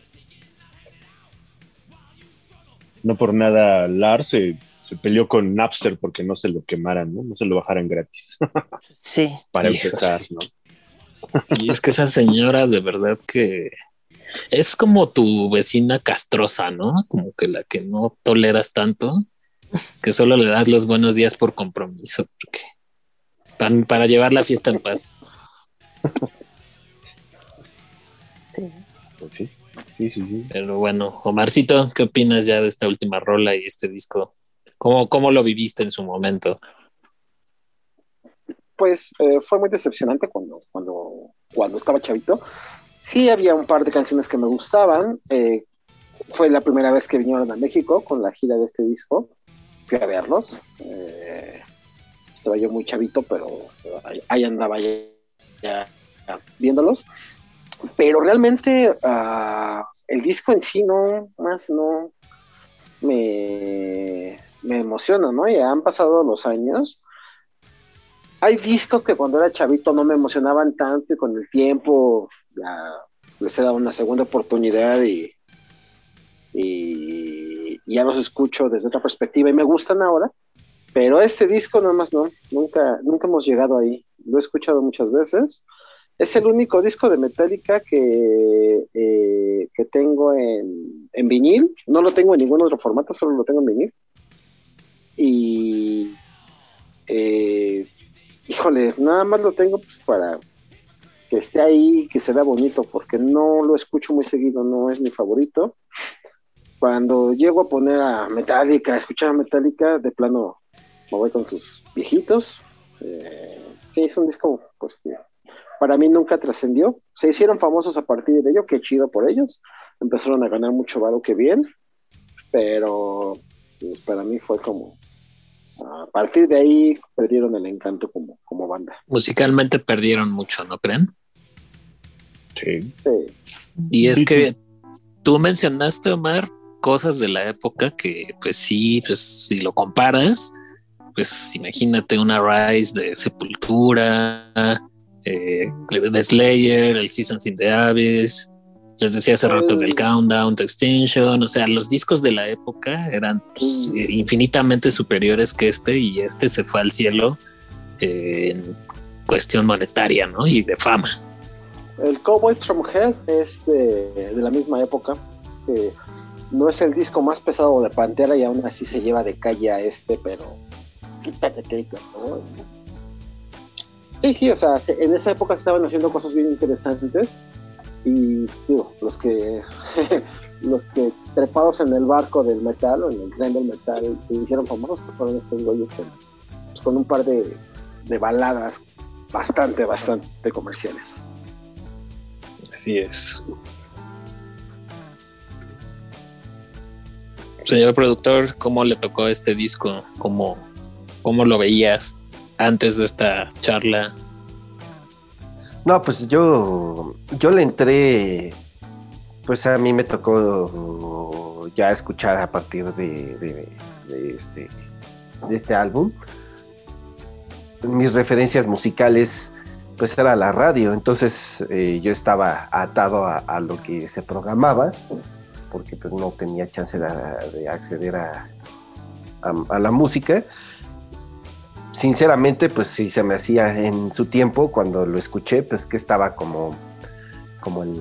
No por nada Lars se, se peleó con Napster porque no se lo quemaran, ¿no? No se lo bajaran gratis. Sí. Para Híjole. empezar, ¿no? Sí, es que esa señora de verdad que es como tu vecina castrosa, ¿no? Como que la que no toleras tanto, que solo le das los buenos días por compromiso, porque para, para llevar la fiesta en paz. Pues sí, sí, sí, sí. Pero bueno, Omarcito, ¿qué opinas ya de esta última rola y este disco? ¿Cómo, cómo lo viviste en su momento? Pues eh, fue muy decepcionante cuando, cuando, cuando estaba chavito. Sí había un par de canciones que me gustaban. Eh, fue la primera vez que vinieron a México con la gira de este disco. Fui a verlos. Eh, estaba yo muy chavito, pero ahí, ahí andaba ya, ya viéndolos. Pero realmente uh, el disco en sí no, más no me, me emociona, ¿no? Ya han pasado los años. Hay discos que cuando era chavito no me emocionaban tanto y con el tiempo ya les he dado una segunda oportunidad y, y ya los escucho desde otra perspectiva y me gustan ahora, pero este disco nada más no, nunca, nunca hemos llegado ahí. Lo he escuchado muchas veces. Es el único disco de Metallica que, eh, que tengo en, en vinil. No lo tengo en ningún otro formato, solo lo tengo en vinil. Y eh, híjole, nada más lo tengo pues para que esté ahí, que se vea bonito, porque no lo escucho muy seguido, no es mi favorito. Cuando llego a poner a Metallica, a escuchar a Metallica, de plano me voy con sus viejitos. Eh, sí, es un disco pues que para mí nunca trascendió. Se hicieron famosos a partir de ello, qué chido por ellos. Empezaron a ganar mucho varo, qué bien. Pero pues, para mí fue como... A partir de ahí perdieron el encanto como, como banda. Musicalmente perdieron mucho, ¿no creen? Sí. Sí. Y es Sí, que sí. tú mencionaste, Omar, cosas de la época que, pues sí, pues si lo comparas, pues imagínate una Rise de Sepultura, eh, de Slayer, el Seasons in the Abyss, les decía hace rato del Countdown to Extinction, o sea, los discos de la época eran pues, infinitamente superiores que este, y este se fue al cielo eh, en cuestión monetaria, ¿no? Y de fama. El Cowboy from Hell es de, de la misma época. Eh, no es el disco más pesado de Pantera y aún así se lleva de calle a este, pero quítate, quítate, ¿no? Sí, sí, o sea, se, en esa época se estaban haciendo cosas bien interesantes y digo, los que los que trepados en el barco del metal o en el tren del metal se hicieron famosos pues fueron estos güeyes con, pues, con un par de, de baladas bastante, bastante comerciales. Así es. Señor productor, ¿cómo le tocó este disco? ¿Cómo, cómo lo veías antes de esta charla? No, pues yo, yo le entré, pues a mí me tocó ya escuchar a partir de, de, de este, de este álbum. Mis referencias musicales pues era la radio, entonces eh, yo estaba atado a, a lo que se programaba, porque pues no tenía chance de, de acceder a, a, a la música. Sinceramente, pues sí se me hacía en su tiempo, cuando lo escuché, pues que estaba como, como el,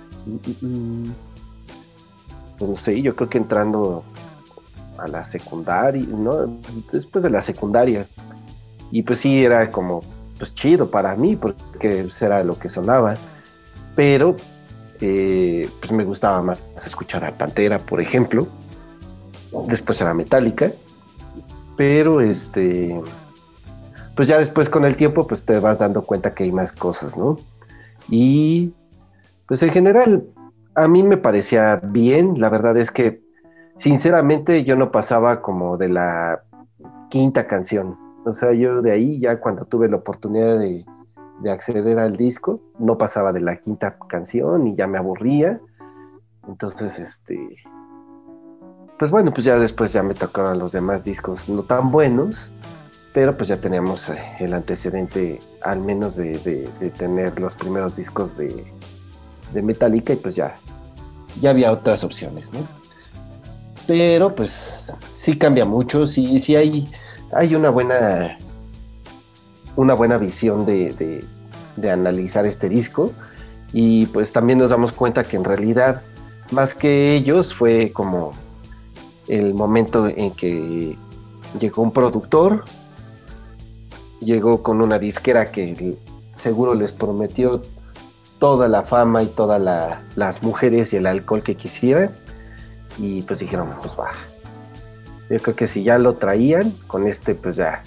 pues no sé, yo creo que entrando a la secundaria, ¿no? Después de la secundaria, y pues sí era como, pues chido para mí, porque pues, era lo que sonaba, pero eh, pues me gustaba más escuchar a Pantera, por ejemplo, después era Metallica, pero este... pues ya después con el tiempo pues te vas dando cuenta que hay más cosas, ¿no? Y pues en general a mí me parecía bien, la verdad es que sinceramente yo no pasaba como de la quinta canción, o sea, yo de ahí ya cuando tuve la oportunidad de, de acceder al disco, no pasaba de la quinta canción y ya me aburría, entonces este... pues bueno, pues ya después ya me tocaron los demás discos no tan buenos, pero pues ya teníamos eh, el antecedente al menos de, de, de tener los primeros discos de, de Metallica y pues ya, ya había otras opciones, ¿no? Pero pues sí cambia mucho, sí, sí hay, hay una buena, una buena visión de, de, de analizar este disco y pues también nos damos cuenta que en realidad más que ellos fue como el momento en que llegó un productor, llegó con una disquera que seguro les prometió toda la fama y todas la, las mujeres y el alcohol que quisieran y pues dijeron, pues va. Yo creo que si ya lo traían, con este pues ya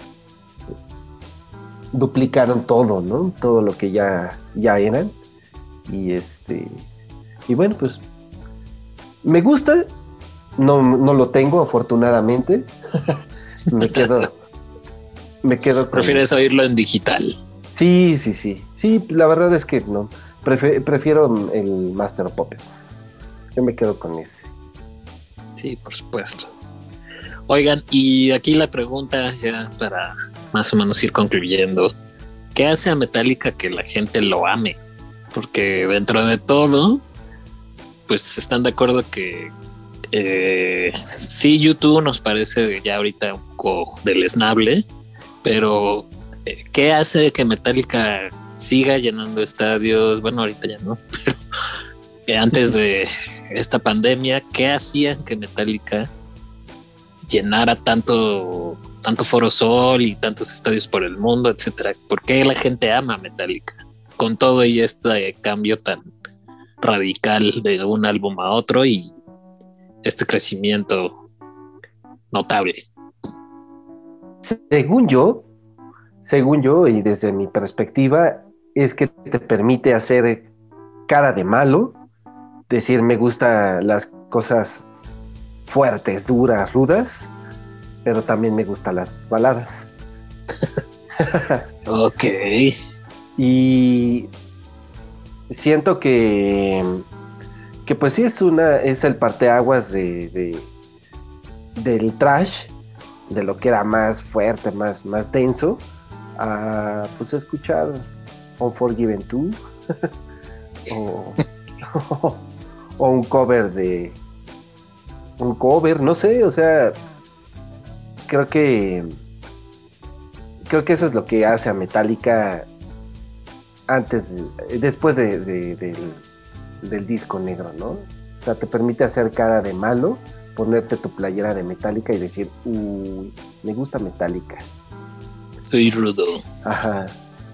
duplicaron todo, ¿no? Todo lo que ya, ya eran. Y este y bueno, pues me gusta, no, no lo tengo afortunadamente. me quedo me quedo con... ¿Prefieres oírlo en digital? Sí, sí, sí. Sí, la verdad es que no. Prefiero, prefiero el Master of Puppets. Yo me quedo con ese. Sí, por supuesto. Oigan, y aquí la pregunta ya para más o menos ir concluyendo. ¿Qué hace a Metallica que la gente lo ame? Porque dentro de todo, pues están de acuerdo que eh, sí, YouTube nos parece ya ahorita un poco deleznable, pero eh, ¿qué hace que Metallica siga llenando estadios? Bueno, ahorita ya no, pero eh, antes de esta pandemia, ¿qué hacía que Metallica llenara tanto, tanto Foro Sol y tantos estadios por el mundo, etcétera? ¿Por qué la gente ama a Metallica? Con todo y este cambio tan radical de un álbum a otro y este crecimiento notable. Según yo, según yo y desde mi perspectiva, es que te permite hacer cara de malo, decir me gustan las cosas fuertes, duras, rudas, pero también me gustan las baladas. Ok. Y siento que que pues sí es una es el parteaguas de, de del thrash, de lo que era más fuerte, más, más denso, a pues escuchar Unforgiven dos o, o, o un cover de un cover, no sé, o sea, creo que creo que eso es lo que hace a Metallica antes, después de, de, del, del disco negro, ¿no? O sea, te permite hacer cara de malo, ponerte tu playera de Metallica y decir, uy, me gusta Metallica. Soy rudo. Ajá.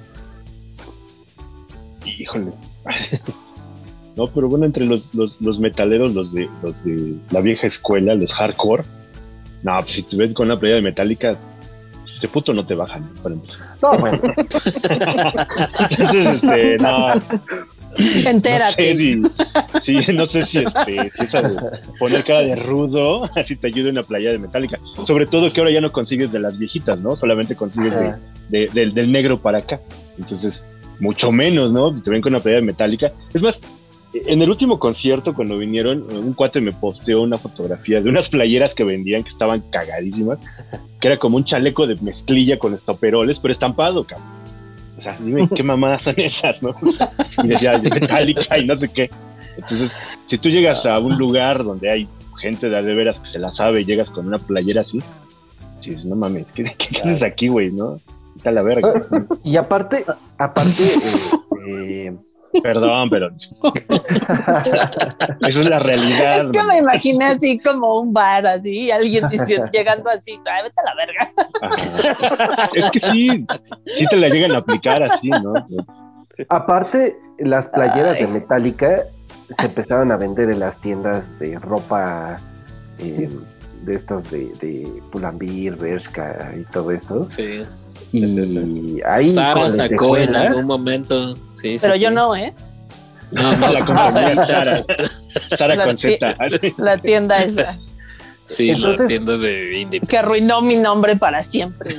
Híjole. No, pero bueno, entre los, los, los metaleros, los de, los de la vieja escuela, los hardcore, no, pues si te ves con una playera de Metallica, este puto no te bajan, para empezar. No, bueno. Entonces, este, no. Entérate. No sé si, sí, no sé si, este, si eso de poner cara de rudo, así te ayuda una playera de Metallica. Sobre todo que ahora ya no consigues de las viejitas, ¿no? Solamente consigues de, de, de, del negro para acá. Entonces, mucho menos, ¿no? Te ven con una playera de Metallica. Es más, en el último concierto, cuando vinieron, un cuate me posteó una fotografía de unas playeras que vendían que estaban cagadísimas, que era como un chaleco de mezclilla con estoperoles, pero estampado, cabrón. O sea, dime qué mamadas son esas, ¿no? Y decía de Metallica y no sé qué. Entonces, si tú llegas a un lugar donde hay gente de, de veras que se la sabe y llegas con una playera así, dices, no mames, ¿qué, qué, qué haces aquí, güey, no? Está la verga. Y aparte, aparte, eh, eh, perdón, pero eso es la realidad. Es que man. me imaginé así como un bar, así, y alguien diciendo, llegando así, ay, vete a la verga. Ajá. Es que sí, sí te la llegan a aplicar así, ¿no? aparte, las playeras Ay. de Metallica se empezaron a vender en las tiendas de ropa, eh, de estas de, de Pull&Bear, Bershka y todo esto. Sí. Y Sí, sí, ahí Sara con sacó en lentejuelas, algún momento. Sí, Pero sí, yo sí. no, ¿eh? No, no, La no, compañía no, Sara. Sara La con ti- Z. así. La tienda esa, Sí, Entonces- la tienda de indie. que arruinó mi nombre para siempre.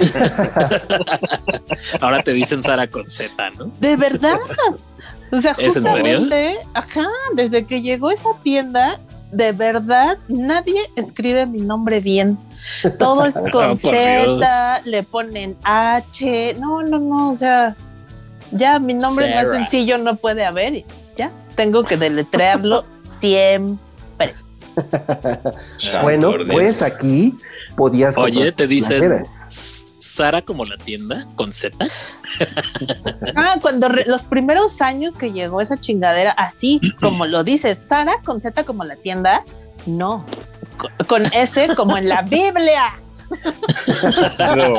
Ahora te dicen Sara con Z, ¿no? De verdad. O sea, ¿Es en serio? justamente, ajá, desde que llegó esa tienda, de verdad, nadie escribe mi nombre bien. Todo es con Oh, por Z, Dios. le ponen H. No, no, no, o sea, ya mi nombre más Sarah. sencillo no puede haber. y Ya, tengo que deletrearlo siempre. Ah, Bueno, por Dios. pues aquí podías... Oye, comprar te dicen playeras. Sara como la tienda con Z. Ah, cuando re- los primeros años que llegó esa chingadera, así como lo dices, Sara con Z como la tienda, no, con, con S como en la Biblia. Pero,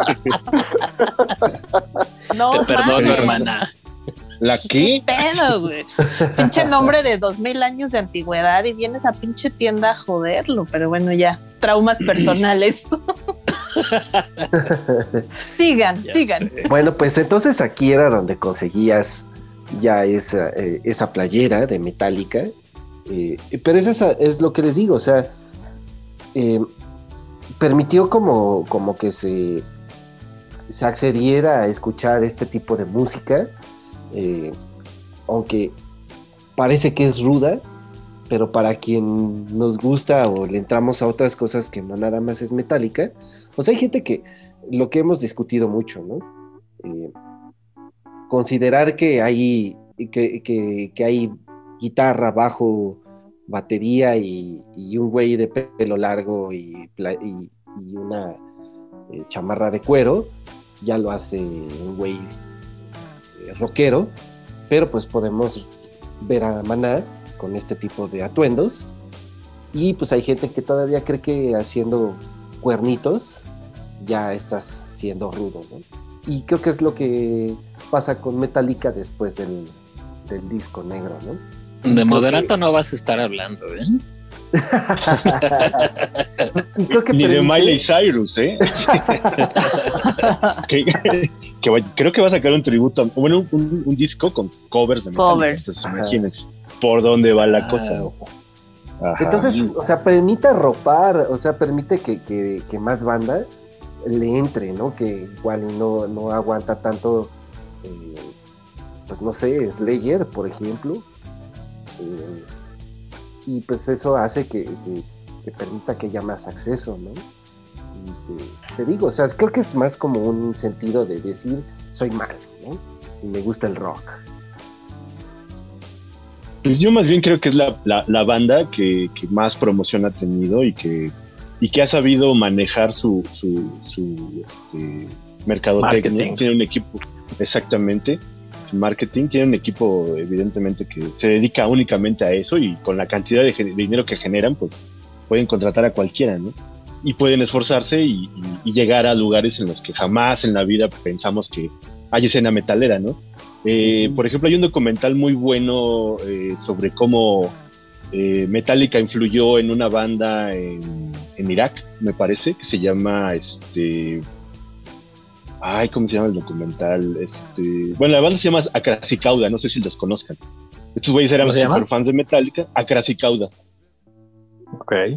No, Te perdono, mames. hermana. ¿la qué? ¿Qué pedo, güey? Pinche nombre de dos mil años de antigüedad y vienes a pinche tienda a joderlo, pero bueno, ya, traumas personales. sigan, Ya sigan. sé. Bueno, pues entonces aquí era donde conseguías ya esa, eh, esa playera de Metallica. Eh, pero es, esa, es lo que les digo, o sea, eh, permitió como, como que se, se accediera a escuchar este tipo de música, eh, aunque parece que es ruda, pero para quien nos gusta o le entramos a otras cosas que no nada más es Metallica, o sea, hay gente que, lo que hemos discutido mucho, ¿no? Eh, considerar que hay, que, que, que hay guitarra, bajo, batería y, y un güey de pelo largo y, pla- y, y una eh, chamarra de cuero, ya lo hace un güey eh, rockero, pero pues podemos ver a Maná con este tipo de atuendos y pues hay gente que todavía cree que haciendo cuernitos ya estás siendo rudo, ¿no? Y creo que es lo que pasa con Metallica después del, del disco negro, ¿no? De Creo moderato que- no vas a estar hablando, ¿eh? Y creo que Ni de permite- Miley Cyrus, ¿eh? que, que va- creo que va a sacar un tributo, a- bueno, un, un disco con covers de Metallica. Covers. Entonces, imagínense por dónde va la cosa. Ajá. Entonces, o sea, permite arropar, o sea, permite que, que, que más banda le entre, ¿no? Que igual no, no aguanta tanto, eh, pues no sé, Slayer, por ejemplo. Eh, y pues eso hace que, que, que permita que haya más acceso, ¿no? Y que, te digo, o sea, creo que es más como un sentido de decir, soy malo, ¿no? Y me gusta el rock. Pues yo más bien creo que es la, la, la banda que, que más promoción ha tenido y que, y que ha sabido manejar su, su, su este, mercadotecnia. Marketing. Tiene un equipo, exactamente, su marketing. Tiene un equipo, evidentemente, que se dedica únicamente a eso y con la cantidad de, gen- de dinero que generan, pues pueden contratar a cualquiera, ¿no? Y pueden esforzarse y, y- y llegar a lugares en los que jamás en la vida pensamos que hay escena metalera, ¿no? Eh, por ejemplo, hay un documental muy bueno eh, sobre cómo eh, Metallica influyó en una banda en, en Irak, me parece, que se llama, este, ay, ¿cómo se llama el documental? Este, bueno, la banda se llama Akrasicauda, no sé si los conozcan. Estos güeyes eran ¿Cómo se llama? super fans de Metallica, Akrasicauda. Ok. Eh,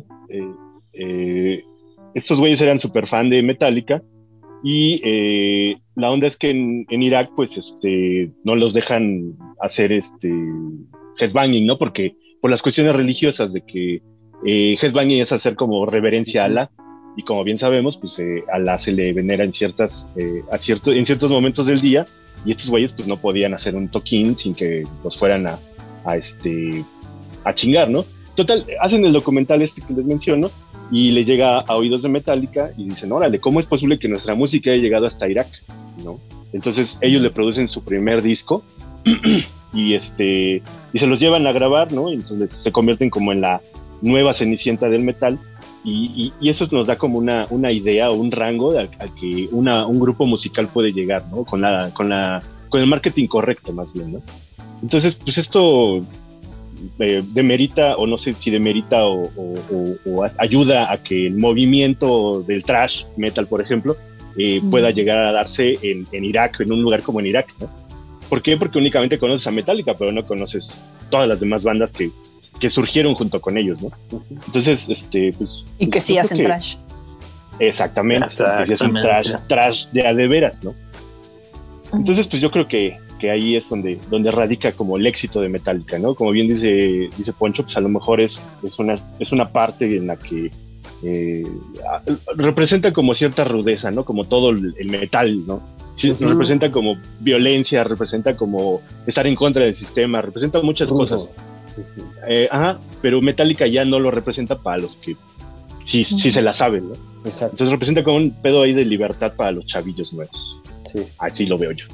eh, estos güeyes eran super fan de Metallica y eh, la onda es que en, en Irak pues este, no los dejan hacer este headbanging, ¿no? Porque por las cuestiones religiosas de que eh, headbanging es hacer como reverencia a Alá y como bien sabemos pues eh, Alá se le venera en ciertas eh, a cierto, en ciertos momentos del día y estos güeyes pues no podían hacer un toquín sin que los fueran a, a este a chingar, ¿no? Total, hacen el documental este que les menciono y le llega a oídos de Metallica y dicen, órale, ¿cómo es posible que nuestra música haya llegado hasta Irak? ¿No? Entonces ellos le producen su primer disco y, este, y se los llevan a grabar, ¿no? Y entonces se convierten como en la nueva Cenicienta del metal y, y, y eso nos da como una, una idea o un rango al, al que una, un grupo musical puede llegar, ¿no? Con, la, con, la, con el marketing correcto más bien, ¿no? Entonces, pues esto... Eh, demerita o no sé si demerita o, o, o, o ayuda a que el movimiento del thrash metal, por ejemplo, eh, pueda llegar a darse en, en Irak, en un lugar como en Irak, ¿no? ¿Por qué? Porque únicamente conoces a Metallica, pero no conoces todas las demás bandas que, que surgieron junto con ellos, ¿no? Entonces, este, pues... Y que pues, sí yo hacen creo que- trash. Exactamente, que sí es un Exactamente. trash, trash de a de veras, ¿no? Entonces, pues yo creo que que ahí es donde, donde radica como el éxito de Metallica, ¿no? Como bien dice, dice Poncho, pues a lo mejor es, es, una, es una parte en la que eh, representa como cierta rudeza, ¿no? Como todo el, el metal, ¿no? Sí, uh-huh. Representa como violencia, representa como estar en contra del sistema, representa muchas uh-huh. cosas. Uh-huh. Eh, ajá, pero Metallica ya no lo representa para los que sí, uh-huh. sí se la saben, ¿no? Exacto. Entonces representa como un pedo ahí de libertad para los chavillos nuevos. Sí. Así lo veo yo.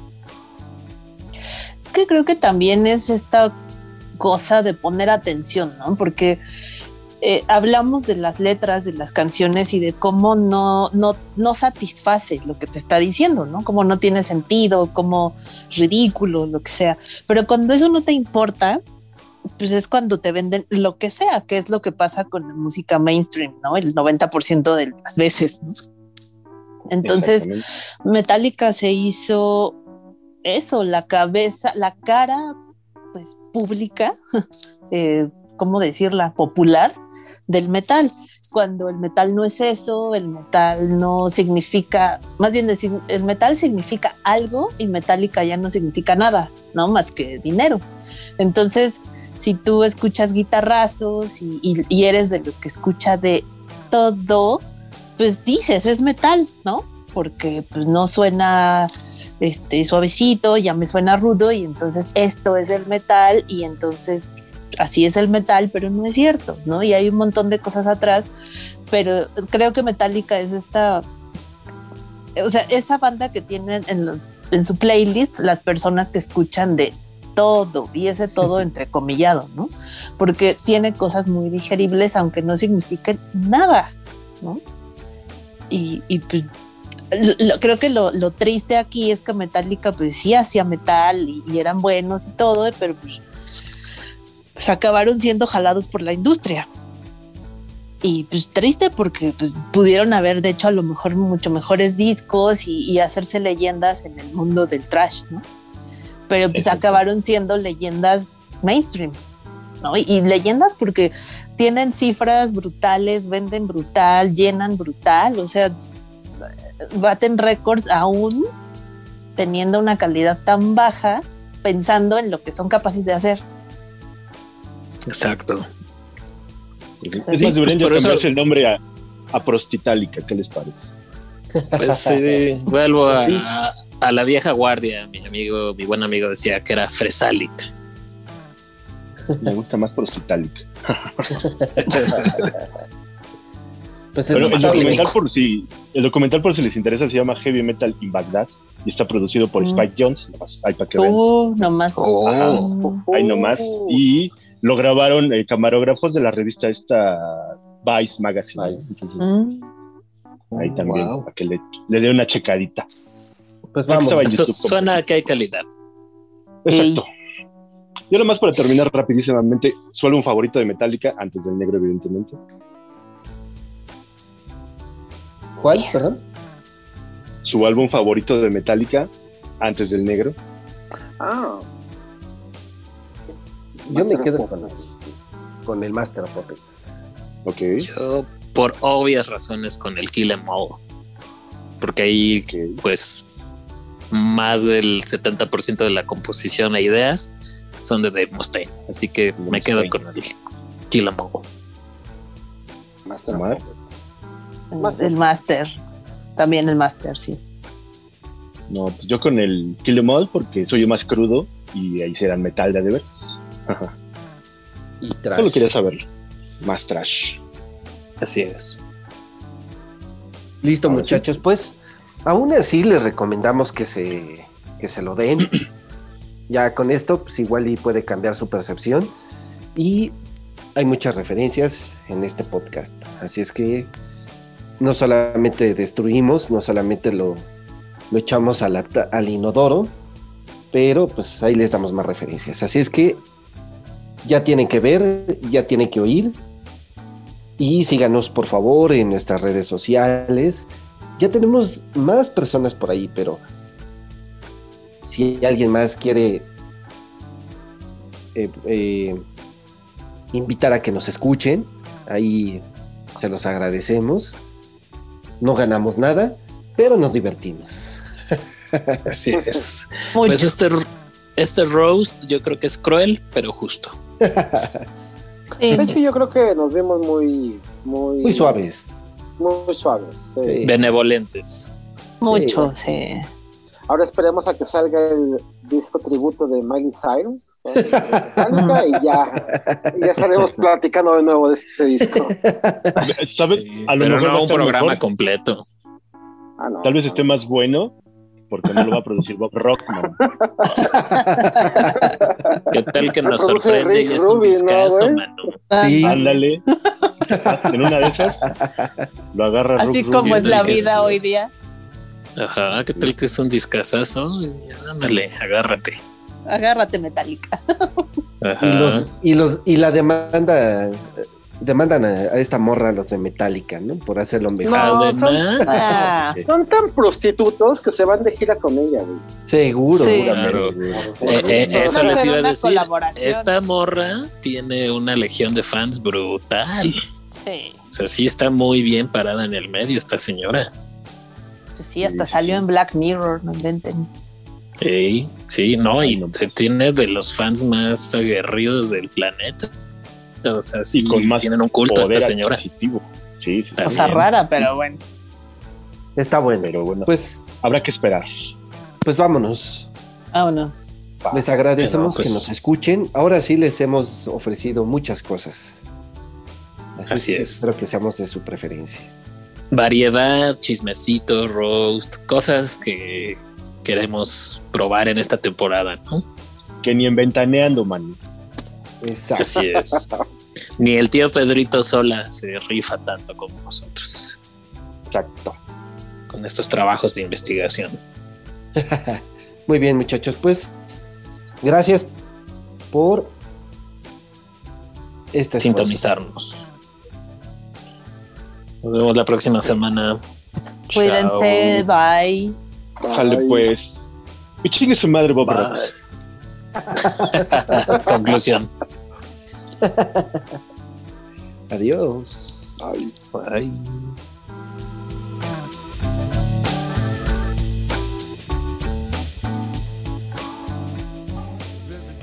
Es que creo que también es esta cosa de poner atención, ¿no? Porque eh, hablamos de las letras de las canciones y de cómo no, no, no satisface lo que te está diciendo, ¿no? Cómo no tiene sentido, cómo ridículo, lo que sea. Pero cuando eso no te importa, pues es cuando te venden lo que sea, que es lo que pasa con la música mainstream, ¿no? El noventa por ciento de las veces, ¿no? Entonces, Metallica se hizo eso, la cabeza, la cara, pues, pública, eh, ¿cómo decirla? Popular del metal. Cuando el metal no es eso, el metal no significa, más bien decir, el metal significa algo y Metallica ya no significa nada, ¿no? Más que dinero. Entonces, si tú escuchas guitarrazos y, y, y eres de los que escucha de todo, pues dices, es metal, ¿no? Porque pues no suena este, suavecito, ya me suena rudo y entonces esto es el metal y entonces así es el metal, pero no es cierto, ¿no? Y hay un montón de cosas atrás, pero creo que Metallica es esta, o sea, esa banda que tienen en, lo, en su playlist las personas que escuchan de todo, y ese todo entrecomillado, ¿no? Porque tiene cosas muy digeribles, aunque no signifiquen nada, ¿no? Y, y pues, lo, creo que lo, lo triste aquí es que Metallica pues sí hacía metal y, y eran buenos y todo, pero pues se acabaron siendo jalados por la industria. Y pues triste porque pues, pudieron haber de hecho a lo mejor mucho mejores discos y, y hacerse leyendas en el mundo del thrash, ¿no? Pero pues Exacto. acabaron siendo leyendas mainstream, ¿no? Y, y leyendas porque tienen cifras brutales, venden brutal, llenan brutal, o sea, baten récords aún teniendo una calidad tan baja, pensando en lo que son capaces de hacer. Exacto. Es sí, más, deberían pues cambiarse eso... el nombre a, a Prostitálica, ¿qué les parece? Pues sí, vuelvo a, sí. a la vieja guardia. Mi amigo, mi buen amigo decía que era Fresálica. Me gusta más Prostitálica. Pues Pero el documental, por si, el documental por si les interesa se llama Heavy Metal in Baghdad y está producido por mm. Spike Jonze. Nomás, ahí para que vean. Uh, nomás. Oh. Ajá, ahí nomás. Y lo grabaron eh, camarógrafos de la revista esta Vice Magazine. Vice. Entonces, mm. ahí también, wow. para que le, le dé una checadita. Pues vamos. Su, suena que hay calidad. Exacto. Sí. Yo nomás para terminar rapidísimamente, su álbum favorito de Metallica, antes del negro, evidentemente. ¿Cuál, perdón? Su álbum favorito de Metallica, antes del negro. Ah. Yo Master me quedo con, con el Master of Puppets. Ok. Yo, por obvias razones, con el Kill 'Em All. Porque ahí, okay. pues, más del setenta por ciento de la composición e ideas son de Dave Mustaine. Así que Dave me quedo Mustaine. con el Kill 'Em All. Master of Puppets. Master. El Master. También el Master, sí. No, pues yo con el Kill 'Em All porque soy más crudo y ahí serán metal de veras. Y trash. Solo quería saberlo. Más trash. Así es. Listo, Ahora muchachos. Sí. Pues aún así les recomendamos que se, que se lo den. Ya con esto, pues igual y puede cambiar su percepción. Y hay muchas referencias en este podcast. Así es que no solamente destruimos, no solamente lo, lo echamos a la, al inodoro, pero pues ahí les damos más referencias. Así es que ya tienen que ver, ya tienen que oír. Y síganos por favor en nuestras redes sociales. Ya tenemos más personas por ahí, pero si alguien más quiere eh, eh, invitar a que nos escuchen, ahí se los agradecemos. No ganamos nada, pero nos divertimos. Así es. Pues este, este roast yo creo que es cruel, pero justo. Sí. De hecho, yo creo que nos vimos muy, muy, Muy suaves. muy suaves. Sí. Sí. Benevolentes. Mucho, sí. Ahora esperemos a que salga el disco tributo de Miley Cyrus, ¿no? Metallica, y ya, y ya estaremos platicando de nuevo de este disco. ¿Sabes? Sí, A lo pero mejor va no a un estar programa mejor. completo. Ah, no, Tal vez no. esté más bueno porque no lo va a producir Bob Rockman. ¿Qué tal que nos Produce sorprende Rick y es un Rubin, ¿no, discazo, güey? mano? Sí. Ándale. En una de esas lo agarra Así Rick como Rubin. es la que vida es- hoy día. Ajá, ¿qué tal que es un discazazo? Ándale, agárrate. Agárrate, Metallica. Ajá. Y los, y los, y la demanda, demandan a, a esta morra los de Metallica, ¿no? Por hacerlo mejor. No, Además, Ah, Son tan prostitutos que se van de gira con ella, güey. Seguro. Sí. claro. seguramente. Eh, eh, Van a eso hacer les iba a una decir. colaboración. Esta morra tiene una legión de fans brutal. sí. O sea, sí está muy bien parada en el medio esta señora. Pues sí, hasta Sí, sí, salió sí. en Black Mirror, no inventen. Ey, sí, no, Ay, y no, te- pues. tiene de los fans más aguerridos del planeta. O sea, sí, Y con más tienen un culto a poder esta señora. adquisitivo. Sí, sí, sí. Está Cosa bien. rara, pero bueno. Está bueno. Pero bueno, Pues, habrá que esperar. pues vámonos. Vámonos. Les agradecemos Bueno, pues- que nos escuchen. Ahora sí les hemos ofrecido muchas cosas. Así que es. Espero que seamos de su preferencia. Variedad, chismecito, roast, cosas que queremos probar en esta temporada, ¿no? Que ni en ventaneando, man. Exacto. Así es. Ni el tío Pedrito Sola se rifa tanto como nosotros Exacto. con estos trabajos de investigación. Muy bien, muchachos. Pues, gracias por este esfuerzo. Sintonizarnos. Nos vemos la próxima semana. Cuídense, Chao. bye. Sale Ay. pues. Y chingue su madre, Bob Rock. Bye. Conclusión. Adiós. Ay. Bye.